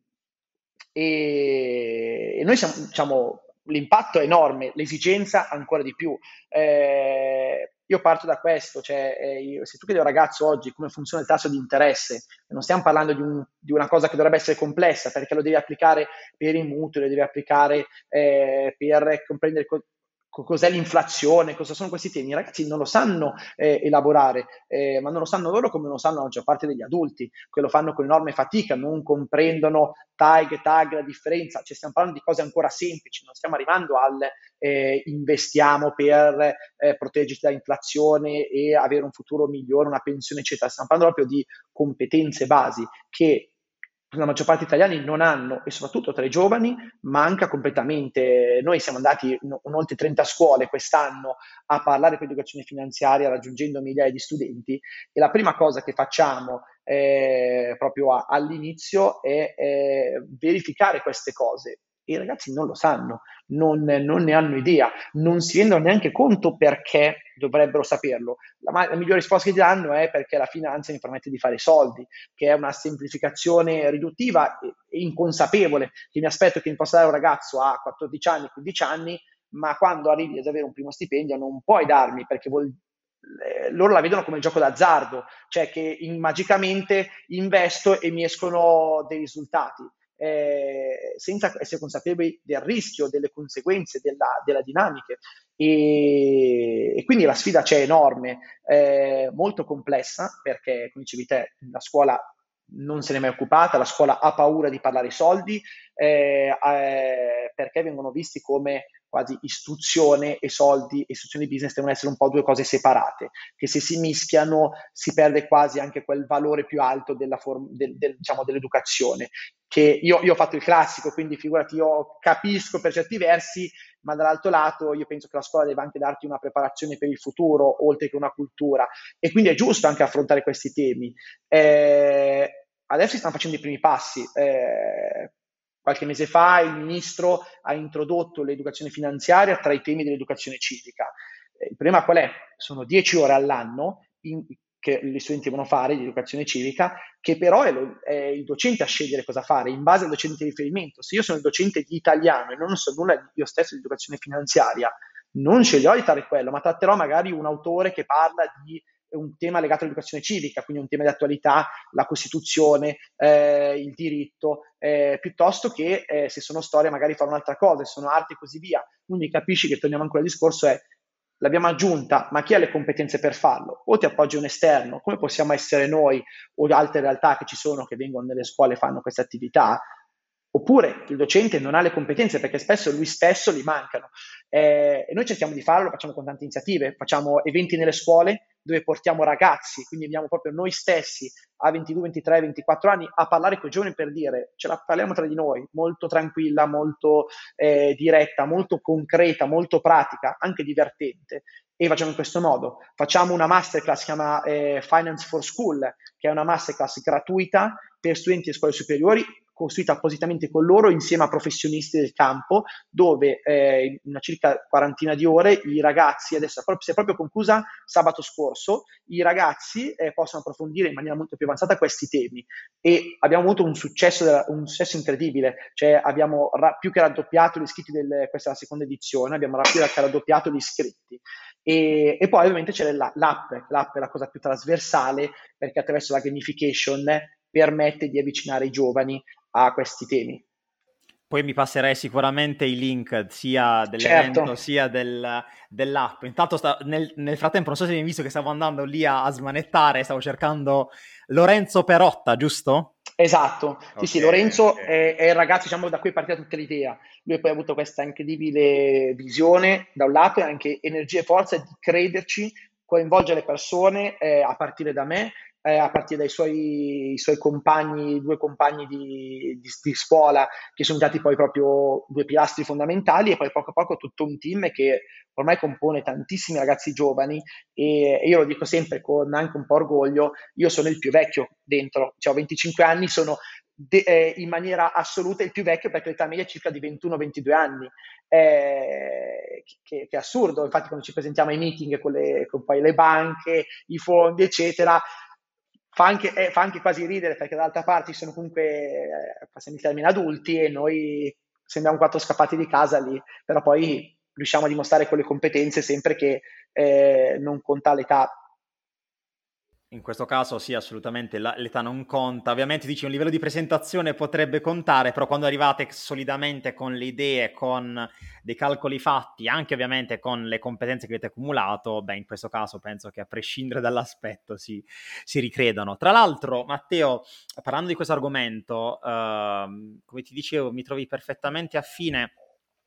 e, e noi siamo, diciamo, l'impatto è enorme, l'esigenza ancora di più. Eh, io parto da questo, cioè, eh, io, se tu chiedi a un ragazzo oggi come funziona il tasso di interesse, non stiamo parlando di, un, di una cosa che dovrebbe essere complessa, perché lo devi applicare per i mutui, lo devi applicare eh, per comprendere co- cos'è l'inflazione, cosa sono questi temi. I ragazzi non lo sanno eh, elaborare, eh, ma non lo sanno loro come non lo sanno la maggior parte degli adulti, che lo fanno con enorme fatica, non comprendono tag, tag, la differenza. Cioè, stiamo parlando di cose ancora semplici, non stiamo arrivando al eh, investiamo per eh, proteggerti dall'inflazione e avere un futuro migliore, una pensione, eccetera. Stiamo parlando proprio di competenze basi che la maggior parte degli italiani non hanno, e soprattutto tra i giovani, manca completamente. Noi siamo andati in, in oltre trenta scuole quest'anno a parlare di educazione finanziaria, raggiungendo migliaia di studenti, e la prima cosa che facciamo eh, proprio a- all'inizio è eh, verificare queste cose. E i ragazzi non lo sanno, non, non ne hanno idea, non si rendono neanche conto perché dovrebbero saperlo. La, ma- la migliore risposta che ti danno è perché la finanza mi permette di fare soldi, che è una semplificazione riduttiva e, e inconsapevole, che mi aspetto che mi possa dare un ragazzo a quattordici anni, quindici anni, ma quando arrivi ad avere un primo stipendio non puoi darmi, perché vuol, eh, loro la vedono come il gioco d'azzardo, cioè che in, magicamente investo e mi escono dei risultati. Eh, senza essere consapevoli del rischio, delle conseguenze, della, della dinamica. E, e quindi la sfida c'è enorme, eh, molto complessa, perché, come dicevi te, la scuola non se n'è mai occupata, la scuola ha paura di parlare soldi, eh, eh, perché vengono visti come quasi istruzione e soldi, istruzione di business devono essere un po' due cose separate, che se si mischiano si perde quasi anche quel valore più alto della form- del- del- diciamo, dell'educazione. Che io, io ho fatto il classico, quindi figurati, io capisco per certi versi, ma dall'altro lato io penso che la scuola deve anche darti una preparazione per il futuro, oltre che una cultura, e quindi è giusto anche affrontare questi temi. Eh, adesso si stanno facendo i primi passi. Eh, qualche mese fa il ministro ha introdotto l'educazione finanziaria tra i temi dell'educazione civica. Eh, il problema qual è? Sono dieci ore all'anno in, che gli studenti devono fare di educazione civica, che però è, lo, è il docente a scegliere cosa fare in base al docente di riferimento. Se io sono il docente di italiano e non so nulla io stesso di educazione finanziaria, non sceglierò di fare quello, ma tratterò magari un autore che parla di un tema legato all'educazione civica, quindi un tema di attualità, la Costituzione, eh, il diritto, eh, piuttosto che eh, se sono storie magari fare un'altra cosa, se sono arte e così via. Quindi capisci che torniamo ancora al discorso, è l'abbiamo aggiunta, ma chi ha le competenze per farlo? O ti appoggi un esterno, come possiamo essere noi o altre realtà che ci sono, che vengono nelle scuole e fanno queste attività, oppure il docente non ha le competenze perché spesso lui stesso gli mancano. Eh, e noi cerchiamo di farlo, lo facciamo con tante iniziative, facciamo eventi nelle scuole dove portiamo ragazzi, quindi abbiamo proprio noi stessi a ventidue, ventitré, ventiquattro anni a parlare con i giovani per dire ce la parliamo tra di noi, molto tranquilla, molto eh, diretta, molto concreta, molto pratica, anche divertente. E facciamo in questo modo. Facciamo una masterclass che si chiama eh, Finance for School, che è una masterclass gratuita per studenti di scuole superiori, costruita appositamente con loro insieme a professionisti del campo, dove eh, in una circa quarantina di ore i ragazzi, adesso si è proprio conclusa sabato scorso, i ragazzi eh, possono approfondire in maniera molto più avanzata questi temi, e abbiamo avuto un successo, un successo incredibile, cioè abbiamo ra- più che raddoppiato gli iscritti, del, questa è la seconda edizione, abbiamo più che raddoppiato gli iscritti. E, e poi ovviamente c'è la, l'app, l'app è la cosa più trasversale, perché attraverso la gamification permette di avvicinare i giovani a questi temi. Poi mi passerei sicuramente i link sia Certo. dell'evento sia del, dell'app. Intanto sta, nel, nel frattempo, non so se mi hai visto che stavo andando lì a, a smanettare, stavo cercando Lorenzo Perotta, giusto? Esatto, sì Ok, sì, Lorenzo ok. è, è il ragazzo, diciamo, da cui è partita tutta l'idea. Lui poi ha avuto questa incredibile visione da un lato e anche energia e forza di crederci, coinvolgere le persone eh, a partire da me, eh, a partire dai suoi, i suoi compagni, due compagni di, di- di scuola che sono stati poi proprio due pilastri fondamentali, e poi poco a poco tutto un team che ormai compone tantissimi ragazzi giovani, e, e io lo dico sempre con anche un po' orgoglio, io sono il più vecchio dentro, cioè ho venticinque anni, sono de- eh, in maniera assoluta il più vecchio, perché l'età media è circa di ventuno ventidue anni, eh, che, che è assurdo. Infatti quando ci presentiamo ai meeting con, le, con poi le banche, i fondi, eccetera, fa anche, eh, fa anche quasi ridere, perché dall'altra parte ci sono comunque, eh, passiamo il termine, adulti, e noi sembriamo quattro scappati di casa lì, però poi riusciamo a dimostrare quelle competenze sempre che eh, non conta l'età. In questo caso sì, assolutamente la- l'età non conta. Ovviamente dici un livello di presentazione potrebbe contare, però quando arrivate solidamente con le idee, con dei calcoli fatti, anche ovviamente con le competenze che avete accumulato, beh, in questo caso penso che a prescindere dall'aspetto si, si ricredano. Tra l'altro, Matteo, parlando di questo argomento, ehm, come ti dicevo, mi trovi perfettamente affine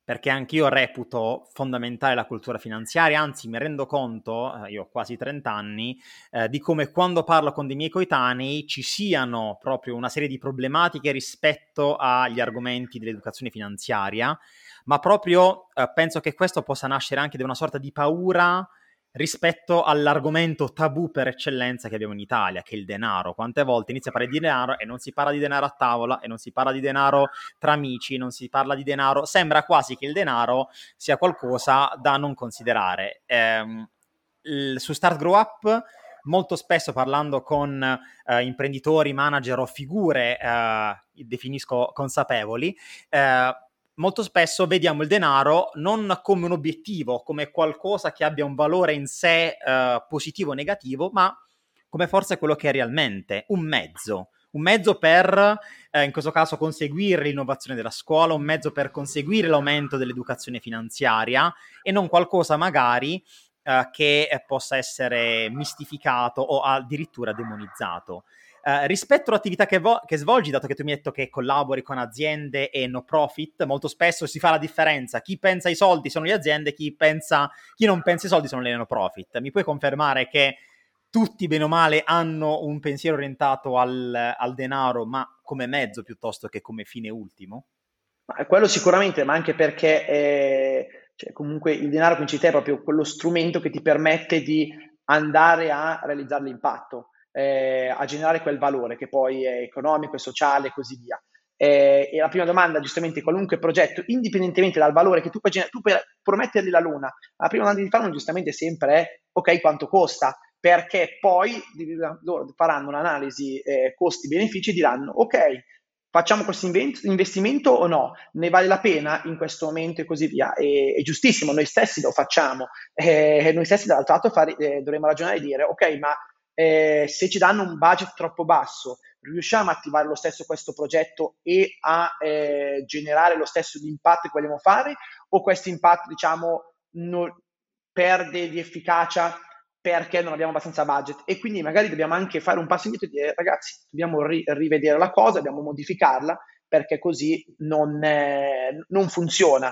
perché anch'io reputo fondamentale la cultura finanziaria, anzi mi rendo conto, eh, io ho quasi trenta anni, eh, di come quando parlo con dei miei coetanei ci siano proprio una serie di problematiche rispetto agli argomenti dell'educazione finanziaria, ma proprio eh, penso che questo possa nascere anche da una sorta di paura rispetto all'argomento tabù per eccellenza che abbiamo in Italia, che è il denaro. Quante volte inizia a parlare di denaro e non si parla di denaro a tavola, e non si parla di denaro tra amici, non si parla di denaro, sembra quasi che il denaro sia qualcosa da non considerare. Ehm, il, su Start Grow Up, molto spesso parlando con eh, imprenditori, manager o figure, eh, definisco consapevoli, eh, molto spesso vediamo il denaro non come un obiettivo, come qualcosa che abbia un valore in sé eh, positivo o negativo, ma come forse quello che è realmente, un mezzo. Un mezzo per, eh, in questo caso, conseguire l'innovazione della scuola, un mezzo per conseguire l'aumento dell'educazione finanziaria e non qualcosa magari eh, che possa essere mistificato o addirittura demonizzato. Uh, rispetto all'attività che, vo- che svolgi, dato che tu mi hai detto che collabori con aziende e no profit, molto spesso si fa la differenza. Chi pensa ai soldi sono le aziende, chi, pensa, chi non pensa ai soldi sono le no profit. Mi puoi confermare che tutti, bene o male, hanno un pensiero orientato al, al denaro, ma come mezzo piuttosto che come fine ultimo? Ma quello sicuramente, ma anche perché eh, cioè, comunque il denaro, come dici te, è proprio quello strumento che ti permette di andare a realizzare l'impatto, eh, a generare quel valore che poi è economico, è sociale e così via. Eh, e la prima domanda, giustamente, qualunque progetto, indipendentemente dal valore che tu puoi generare, tu puoi promettergli la luna, la prima domanda che ti fanno giustamente sempre è, ok, quanto costa? Perché poi loro faranno un'analisi eh, costi-benefici e diranno, ok, facciamo questo investimento o no? Ne vale la pena in questo momento e così via? E, è giustissimo, noi stessi lo facciamo, eh, noi stessi dall'altro lato fare, eh, dovremmo ragionare e dire, ok, ma eh, se ci danno un budget troppo basso, riusciamo a attivare lo stesso questo progetto e a eh, generare lo stesso impatto che vogliamo fare, o questo impatto, diciamo, no, perde di efficacia perché non abbiamo abbastanza budget, e quindi magari dobbiamo anche fare un passo indietro e dire ragazzi, dobbiamo ri- rivedere la cosa, dobbiamo modificarla perché così non, eh, non funziona.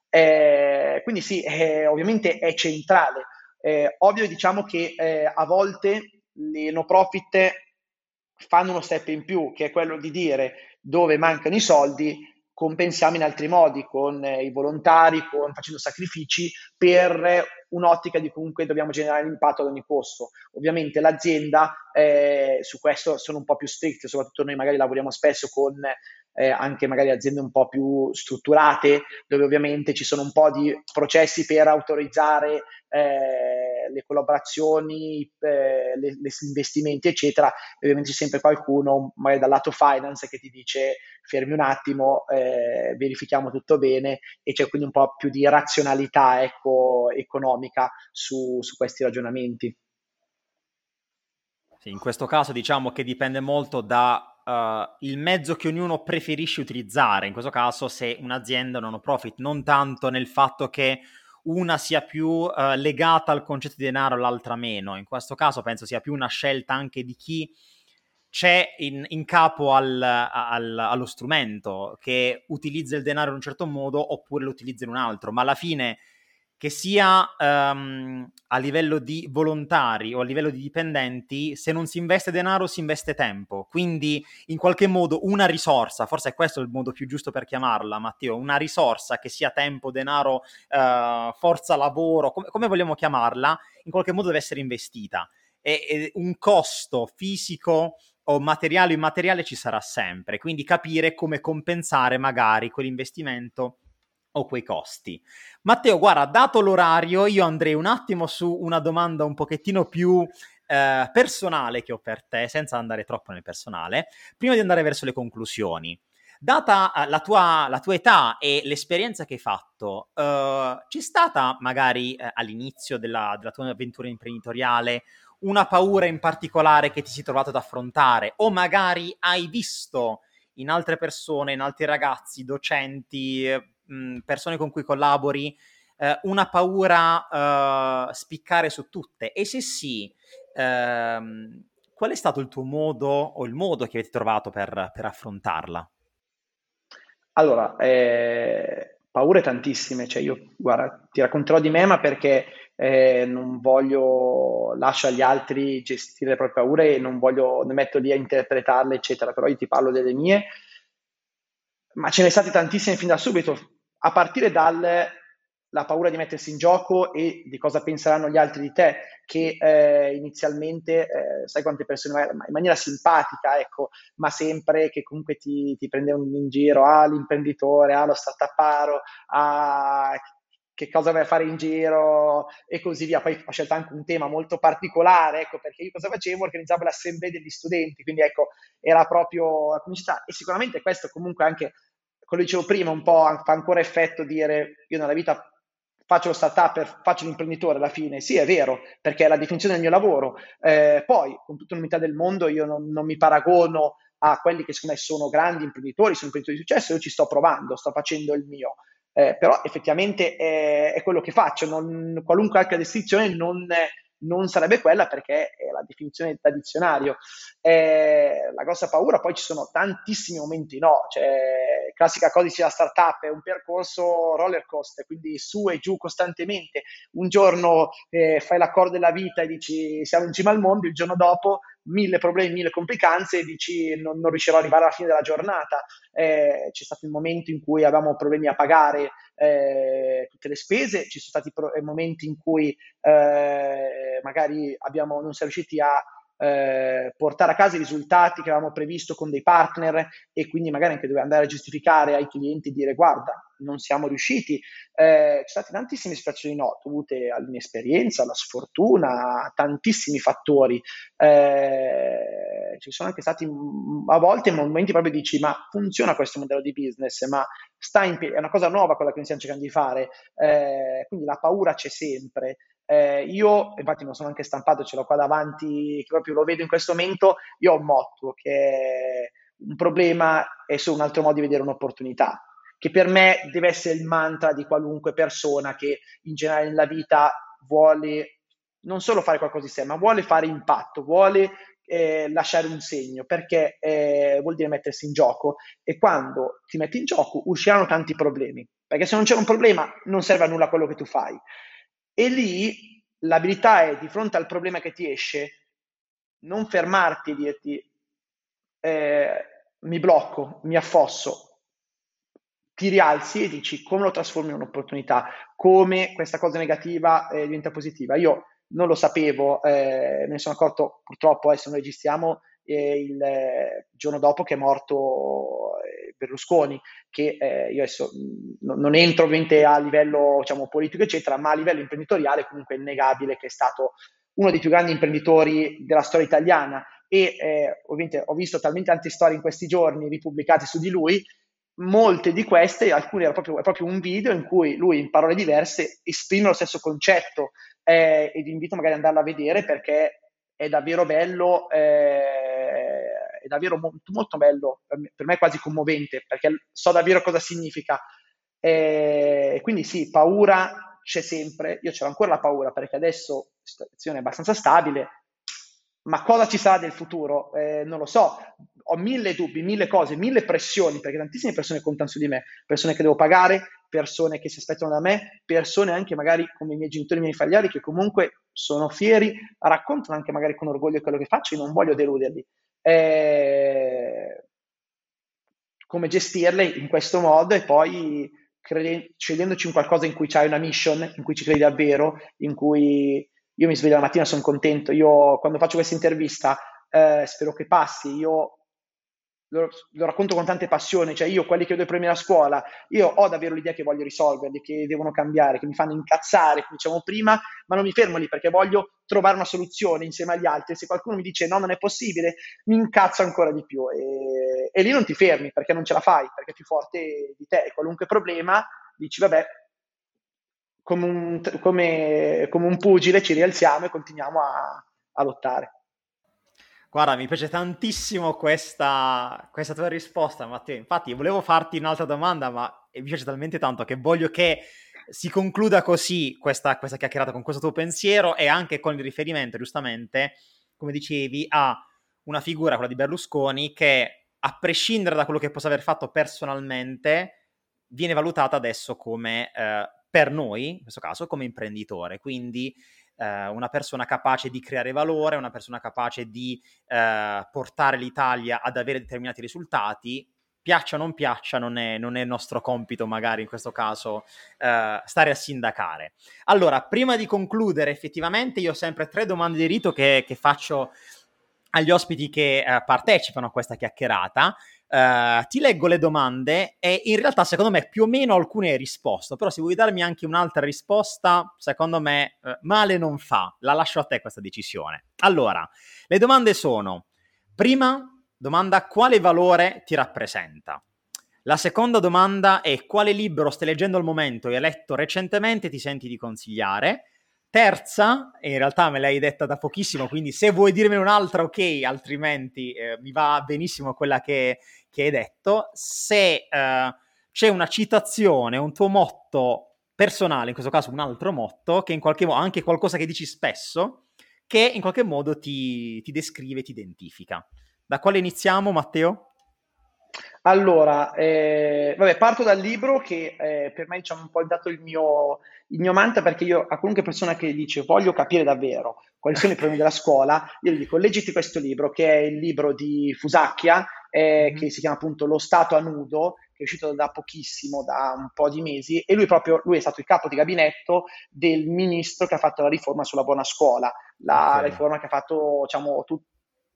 Eh, quindi sì, eh, ovviamente è centrale. Eh, ovvio, diciamo che eh, a volte le no profit fanno uno step in più, che è quello di dire dove mancano i soldi, compensiamo in altri modi, con eh, i volontari, con, facendo sacrifici per un'ottica di comunque dobbiamo generare l'impatto ad ogni costo. Ovviamente l'azienda eh, su questo sono un po' più strette, soprattutto noi magari lavoriamo spesso con eh, anche magari aziende un po' più strutturate, dove ovviamente ci sono un po' di processi per autorizzare eh, le collaborazioni, eh, le, le investimenti, eccetera. E ovviamente c'è sempre qualcuno, magari dal lato finance, che ti dice fermi un attimo, eh, verifichiamo tutto bene, e c'è quindi un po' più di razionalità, ecco, economica su, su questi ragionamenti. Sì, in questo caso diciamo che dipende molto da uh, il mezzo che ognuno preferisce utilizzare. In questo caso, se un'azienda non no profit, non tanto nel fatto che una sia più uh, legata al concetto di denaro, l'altra meno. In questo caso penso sia più una scelta anche di chi c'è in, in capo al, al, allo strumento, che utilizza il denaro in un certo modo oppure lo utilizza in un altro, ma alla fine, che sia um, a livello di volontari o a livello di dipendenti, se non si investe denaro si investe tempo, quindi in qualche modo una risorsa, forse è questo il modo più giusto per chiamarla, Matteo, una risorsa che sia tempo, denaro, uh, forza lavoro, come, come vogliamo chiamarla, in qualche modo deve essere investita, e, e un costo fisico o materiale o immateriale ci sarà sempre, quindi capire come compensare magari quell'investimento o quei costi. Matteo, guarda, dato l'orario, io andrei un attimo su una domanda un pochettino più eh, personale che ho per te, senza andare troppo nel personale, prima di andare verso le conclusioni. Data uh, la, tua, la tua età e l'esperienza che hai fatto, uh, c'è stata magari uh, all'inizio della, della tua avventura imprenditoriale una paura in particolare che ti sei trovato ad affrontare, o magari hai visto in altre persone, in altri ragazzi, docenti, mh, persone con cui collabori, eh, una paura eh, spiccare su tutte? E se sì, ehm, qual è stato il tuo modo o il modo che avete trovato per, per affrontarla? Allora, eh, paure tantissime, cioè io, guarda, ti racconterò di me, ma perché eh, non voglio, lascio agli altri gestire le proprie paure e non voglio, non metto lì a interpretarle, eccetera, però io ti parlo delle mie, ma ce ne sono state tantissime fin da subito, a partire dalla paura di mettersi in gioco e di cosa penseranno gli altri di te, che eh, inizialmente, eh, sai quante persone, ma in maniera simpatica, ecco, ma sempre che comunque ti, ti prendevano in giro, ah, l'imprenditore, ah, lo startuparo, ah, che cosa vai a fare in giro e così via. Poi ho scelto anche un tema molto particolare, ecco, perché io cosa facevo? Organizzavo le assemblee degli studenti, quindi ecco, era proprio la comunità e sicuramente questo comunque anche, come dicevo prima, un po' fa ancora effetto dire io nella vita faccio lo startup, faccio l'imprenditore alla fine, sì è vero, perché è la definizione del mio lavoro, eh, poi con tutta l'umiltà del mondo io non, non mi paragono a quelli che secondo me sono grandi imprenditori, sono imprenditori di successo, io ci sto provando, sto facendo il mio. Eh, però effettivamente è, è quello che faccio, non, qualunque altra descrizione non, non sarebbe quella perché è la definizione da dizionario. Eh, la grossa paura, poi ci sono tantissimi momenti no, cioè, classica codice della startup, è un percorso roller coaster, quindi su e giù costantemente, un giorno eh, fai l'accordo della vita e dici siamo in cima al mondo, il giorno dopo mille problemi, mille complicanze e dici non, non riuscirò ad arrivare alla fine della giornata. Eh, c'è stato il momento in cui avevamo problemi a pagare eh, tutte le spese, ci sono stati pro- momenti in cui eh, magari abbiamo, non siamo riusciti a eh, portare a casa i risultati che avevamo previsto con dei partner e quindi magari anche doveva andare a giustificare ai clienti e dire guarda, non siamo riusciti. Eh, ci sono state tantissime situazioni no, dovute all'inesperienza, alla sfortuna, a tantissimi fattori. Eh, ci sono anche stati a volte momenti proprio dici ma funziona questo modello di business, ma sta in piedi, è una cosa nuova quella che noi stiamo cercando di fare, eh, quindi la paura c'è sempre. Eh, io, infatti, me lo sono anche stampato, ce l'ho qua davanti, che proprio lo vedo in questo momento. Io ho un motto che è un problema è solo un altro modo di vedere un'opportunità, che per me deve essere il mantra di qualunque persona che in generale nella vita vuole non solo fare qualcosa di sé, ma vuole fare impatto, vuole eh, lasciare un segno, perché eh, vuol dire mettersi in gioco e quando ti metti in gioco usciranno tanti problemi, perché se non c'è un problema non serve a nulla quello che tu fai. E lì l'abilità è di fronte al problema che ti esce, non fermarti e dirti eh, mi blocco, mi affosso, ti rialzi e dici come lo trasformi in un'opportunità, come questa cosa negativa eh, diventa positiva. Io non lo sapevo, eh, me ne sono accorto purtroppo, adesso noi registriamo eh, il eh, giorno dopo che è morto eh, Berlusconi, che eh, io adesso mh, non entro ovviamente a livello diciamo, politico eccetera, ma a livello imprenditoriale comunque è innegabile che è stato uno dei più grandi imprenditori della storia italiana e eh, ovviamente ho visto talmente tante storie in questi giorni ripubblicate su di lui, molte di queste, alcune era proprio, è proprio un video in cui lui in parole diverse esprime lo stesso concetto eh, e vi invito magari ad andarla a vedere perché è davvero bello, eh, è davvero molto, molto bello, per me, per me è quasi commovente perché so davvero cosa significa. E quindi sì, paura c'è sempre, io c'ho ancora la paura perché adesso la situazione è abbastanza stabile, ma cosa ci sarà del futuro? Eh, non lo so, ho mille dubbi, mille cose, mille pressioni, perché tantissime persone contano su di me, persone che devo pagare, persone che si aspettano da me, persone anche magari come i miei genitori e i miei familiari che comunque sono fieri, raccontano anche magari con orgoglio quello che faccio e non voglio deluderli. Eh, come gestirle in questo modo e poi crede- scegliendoci in qualcosa in cui c'hai una mission, in cui ci credi davvero, in cui io mi sveglio la mattina, sono contento. Io quando faccio questa intervista eh, spero che passi. Io lo, lo racconto con tante passioni, cioè io quelli che ho dei problemi a scuola, io ho davvero l'idea che voglio risolverli, che devono cambiare, che mi fanno incazzare, come dicevamo prima, ma non mi fermo lì perché voglio trovare una soluzione insieme agli altri. Se qualcuno mi dice no, non è possibile, mi incazzo ancora di più e, e lì non ti fermi perché non ce la fai, perché è più forte di te e qualunque problema dici vabbè, come un, come, come un pugile ci rialziamo e continuiamo a, a lottare. Guarda, mi piace tantissimo questa, questa tua risposta, Matteo. Infatti, volevo farti un'altra domanda, ma mi piace talmente tanto che voglio che si concluda così questa, questa chiacchierata con questo tuo pensiero e anche con il riferimento, giustamente, come dicevi, a una figura, quella di Berlusconi, che a prescindere da quello che possa aver fatto personalmente, viene valutata adesso come, eh, per noi, in questo caso, come imprenditore. Quindi eh, una persona capace di creare valore, una persona capace di eh, portare l'Italia ad avere determinati risultati. Piaccia o non piaccia, non è, non è il nostro compito, magari in questo caso, eh, stare a sindacare. Allora, prima di concludere, effettivamente, io ho sempre tre domande di rito che, che faccio agli ospiti che eh, partecipano a questa chiacchierata. Uh, ti leggo le domande e in realtà secondo me più o meno alcune hai risposto, però se vuoi darmi anche un'altra risposta, secondo me uh, male non fa, la lascio a te questa decisione. Allora, le domande sono: prima domanda, quale valore ti rappresenta? La seconda domanda è: quale libro stai leggendo al momento e hai letto recentemente e ti senti di consigliare? Terza, e in realtà me l'hai detta da pochissimo, quindi se vuoi dirmene un'altra ok, altrimenti eh, mi va benissimo quella che, che hai detto. Se eh, c'è una citazione, un tuo motto personale, in questo caso un altro motto, che in qualche modo, anche qualcosa che dici spesso, che in qualche modo ti, ti descrive, ti identifica. Da quale iniziamo, Matteo? Allora, eh, vabbè, parto dal libro che eh, per me diciamo, un po' è dato il mio, il mio mantra, perché io a qualunque persona che dice voglio capire davvero quali sono i problemi della scuola, io gli dico leggiti questo libro, che è il libro di Fusacchia, eh, Mm-hmm. che si chiama appunto Lo Stato a nudo, che è uscito da pochissimo, da un po' di mesi, e lui proprio, lui è stato il capo di gabinetto del ministro che ha fatto la riforma sulla buona scuola, la Ok. riforma che ha fatto, diciamo, tu-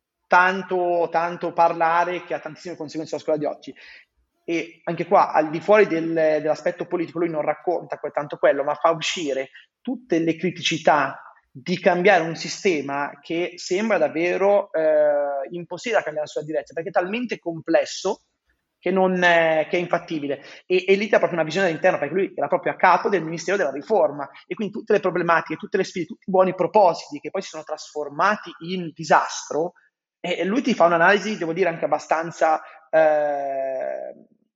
tanto, tanto parlare, che ha tantissime conseguenze sulla scuola di oggi. E anche qua, al di fuori del, dell'aspetto politico, lui non racconta tanto quello, ma fa uscire tutte le criticità di cambiare un sistema che sembra davvero eh, impossibile da cambiare la sua direzione, perché è talmente complesso che, non è, che è infattibile. E, e lì c'è proprio una visione all'interno, perché lui era proprio a capo del Ministero della Riforma, e quindi tutte le problematiche, tutte le sfide, tutti i buoni propositi che poi si sono trasformati in disastro, e lui ti fa un'analisi, devo dire, anche abbastanza, eh,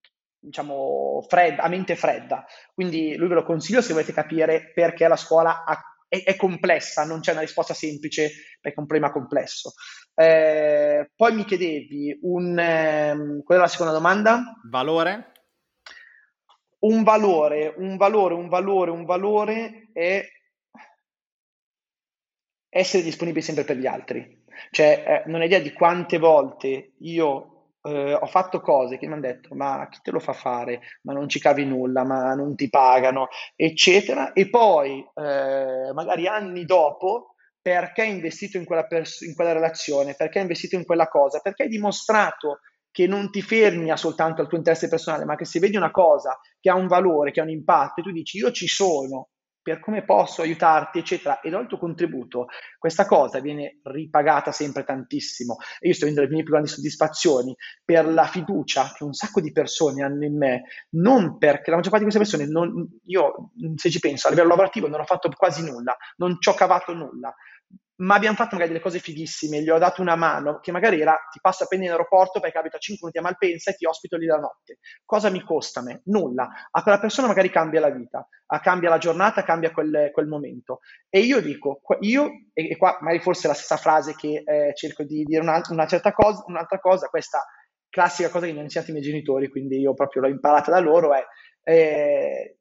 diciamo, fredda, a mente fredda. Quindi lui ve lo consiglio se volete capire perché la scuola ha, è, è, complessa, non c'è una risposta semplice perché è un problema complesso. Eh, poi mi chiedevi, un, ehm, qual è la seconda domanda? Valore? Un valore, un valore, un valore, un valore è essere disponibili sempre per gli altri. Cioè, eh, non hai idea di quante volte io eh, ho fatto cose che mi hanno detto, ma chi te lo fa fare? Ma non ci cavi nulla, ma non ti pagano, eccetera. E poi, eh, magari anni dopo, perché hai investito in quella, pers- in quella relazione, perché hai investito in quella cosa, perché hai dimostrato che non ti fermi a soltanto al tuo interesse personale, ma che se vedi una cosa che ha un valore, che ha un impatto, e tu dici io ci sono, per come posso aiutarti, eccetera, e do il tuo contributo, questa cosa viene ripagata sempre tantissimo. E io sto avendo le mie più grandi soddisfazioni per la fiducia che un sacco di persone hanno in me, non perché la maggior parte di queste persone, non, io se ci penso, a livello lavorativo non ho fatto quasi nulla, non ci ho cavato nulla, ma abbiamo fatto magari delle cose fighissime, gli ho dato una mano, che magari era ti passa appena in aeroporto perché abito a cinque minuti a Malpensa e ti ospito lì la notte. Cosa mi costa a me? Nulla. A quella persona magari cambia la vita, cambia la giornata, cambia quel, quel momento. E io dico, io, e qua magari forse è la stessa frase che eh, cerco di dire una, una certa cosa, un'altra cosa, questa classica cosa che mi hanno insegnato i miei genitori, quindi io proprio l'ho imparata da loro, è eh,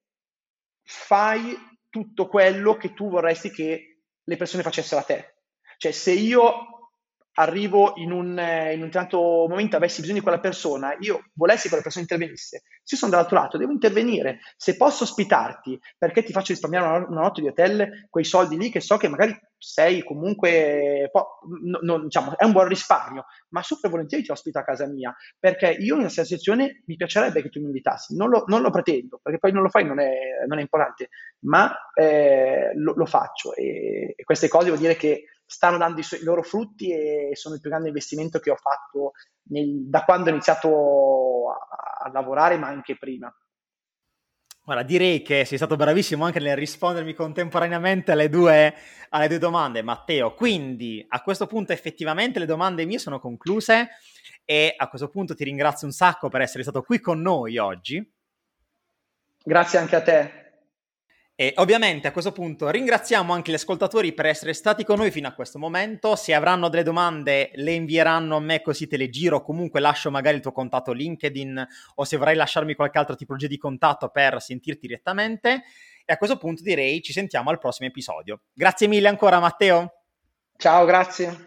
fai tutto quello che tu vorresti che le persone facessero a te. Cioè, se io arrivo in un, eh, in un certo momento, avessi bisogno di quella persona, io volessi che quella persona intervenisse, se io sono dall'altro lato, devo intervenire. Se posso ospitarti, perché ti faccio risparmiare una, una notte di hotel, quei soldi lì che so che magari sei comunque, po- no- non- diciamo, è un buon risparmio, ma super volentieri ti ospito a casa mia, perché io in una situazione mi piacerebbe che tu mi invitassi, non lo, non lo pretendo, perché poi non lo fai, non è, non è importante, ma eh, lo, lo faccio, e, e queste cose vuol dire che stanno dando i, suoi, i loro frutti, e sono il più grande investimento che ho fatto nel, da quando ho iniziato a, a lavorare, ma anche prima. Guarda, direi che sei stato bravissimo anche nel rispondermi contemporaneamente alle due, alle due domande, Matteo. Quindi a questo punto effettivamente le domande mie sono concluse e a questo punto ti ringrazio un sacco per essere stato qui con noi oggi. Grazie anche a te. E ovviamente a questo punto ringraziamo anche gli ascoltatori per essere stati con noi fino a questo momento. Se avranno delle domande le invieranno a me, così te le giro. Comunque lascio magari il tuo contatto LinkedIn, o se vorrai lasciarmi qualche altra tipologia di contatto per sentirti direttamente. E a questo punto direi ci sentiamo al prossimo episodio. Grazie mille ancora, Matteo. Ciao, grazie.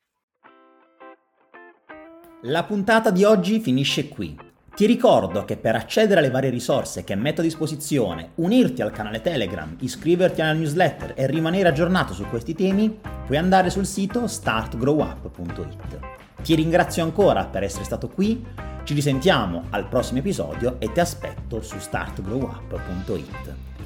La puntata di oggi finisce qui. Ti ricordo che per accedere alle varie risorse che metto a disposizione, unirti al canale Telegram, iscriverti alla newsletter e rimanere aggiornato su questi temi, puoi andare sul sito start grow up punto it. Ti ringrazio ancora per essere stato qui, ci risentiamo al prossimo episodio e ti aspetto su start grow up punto it.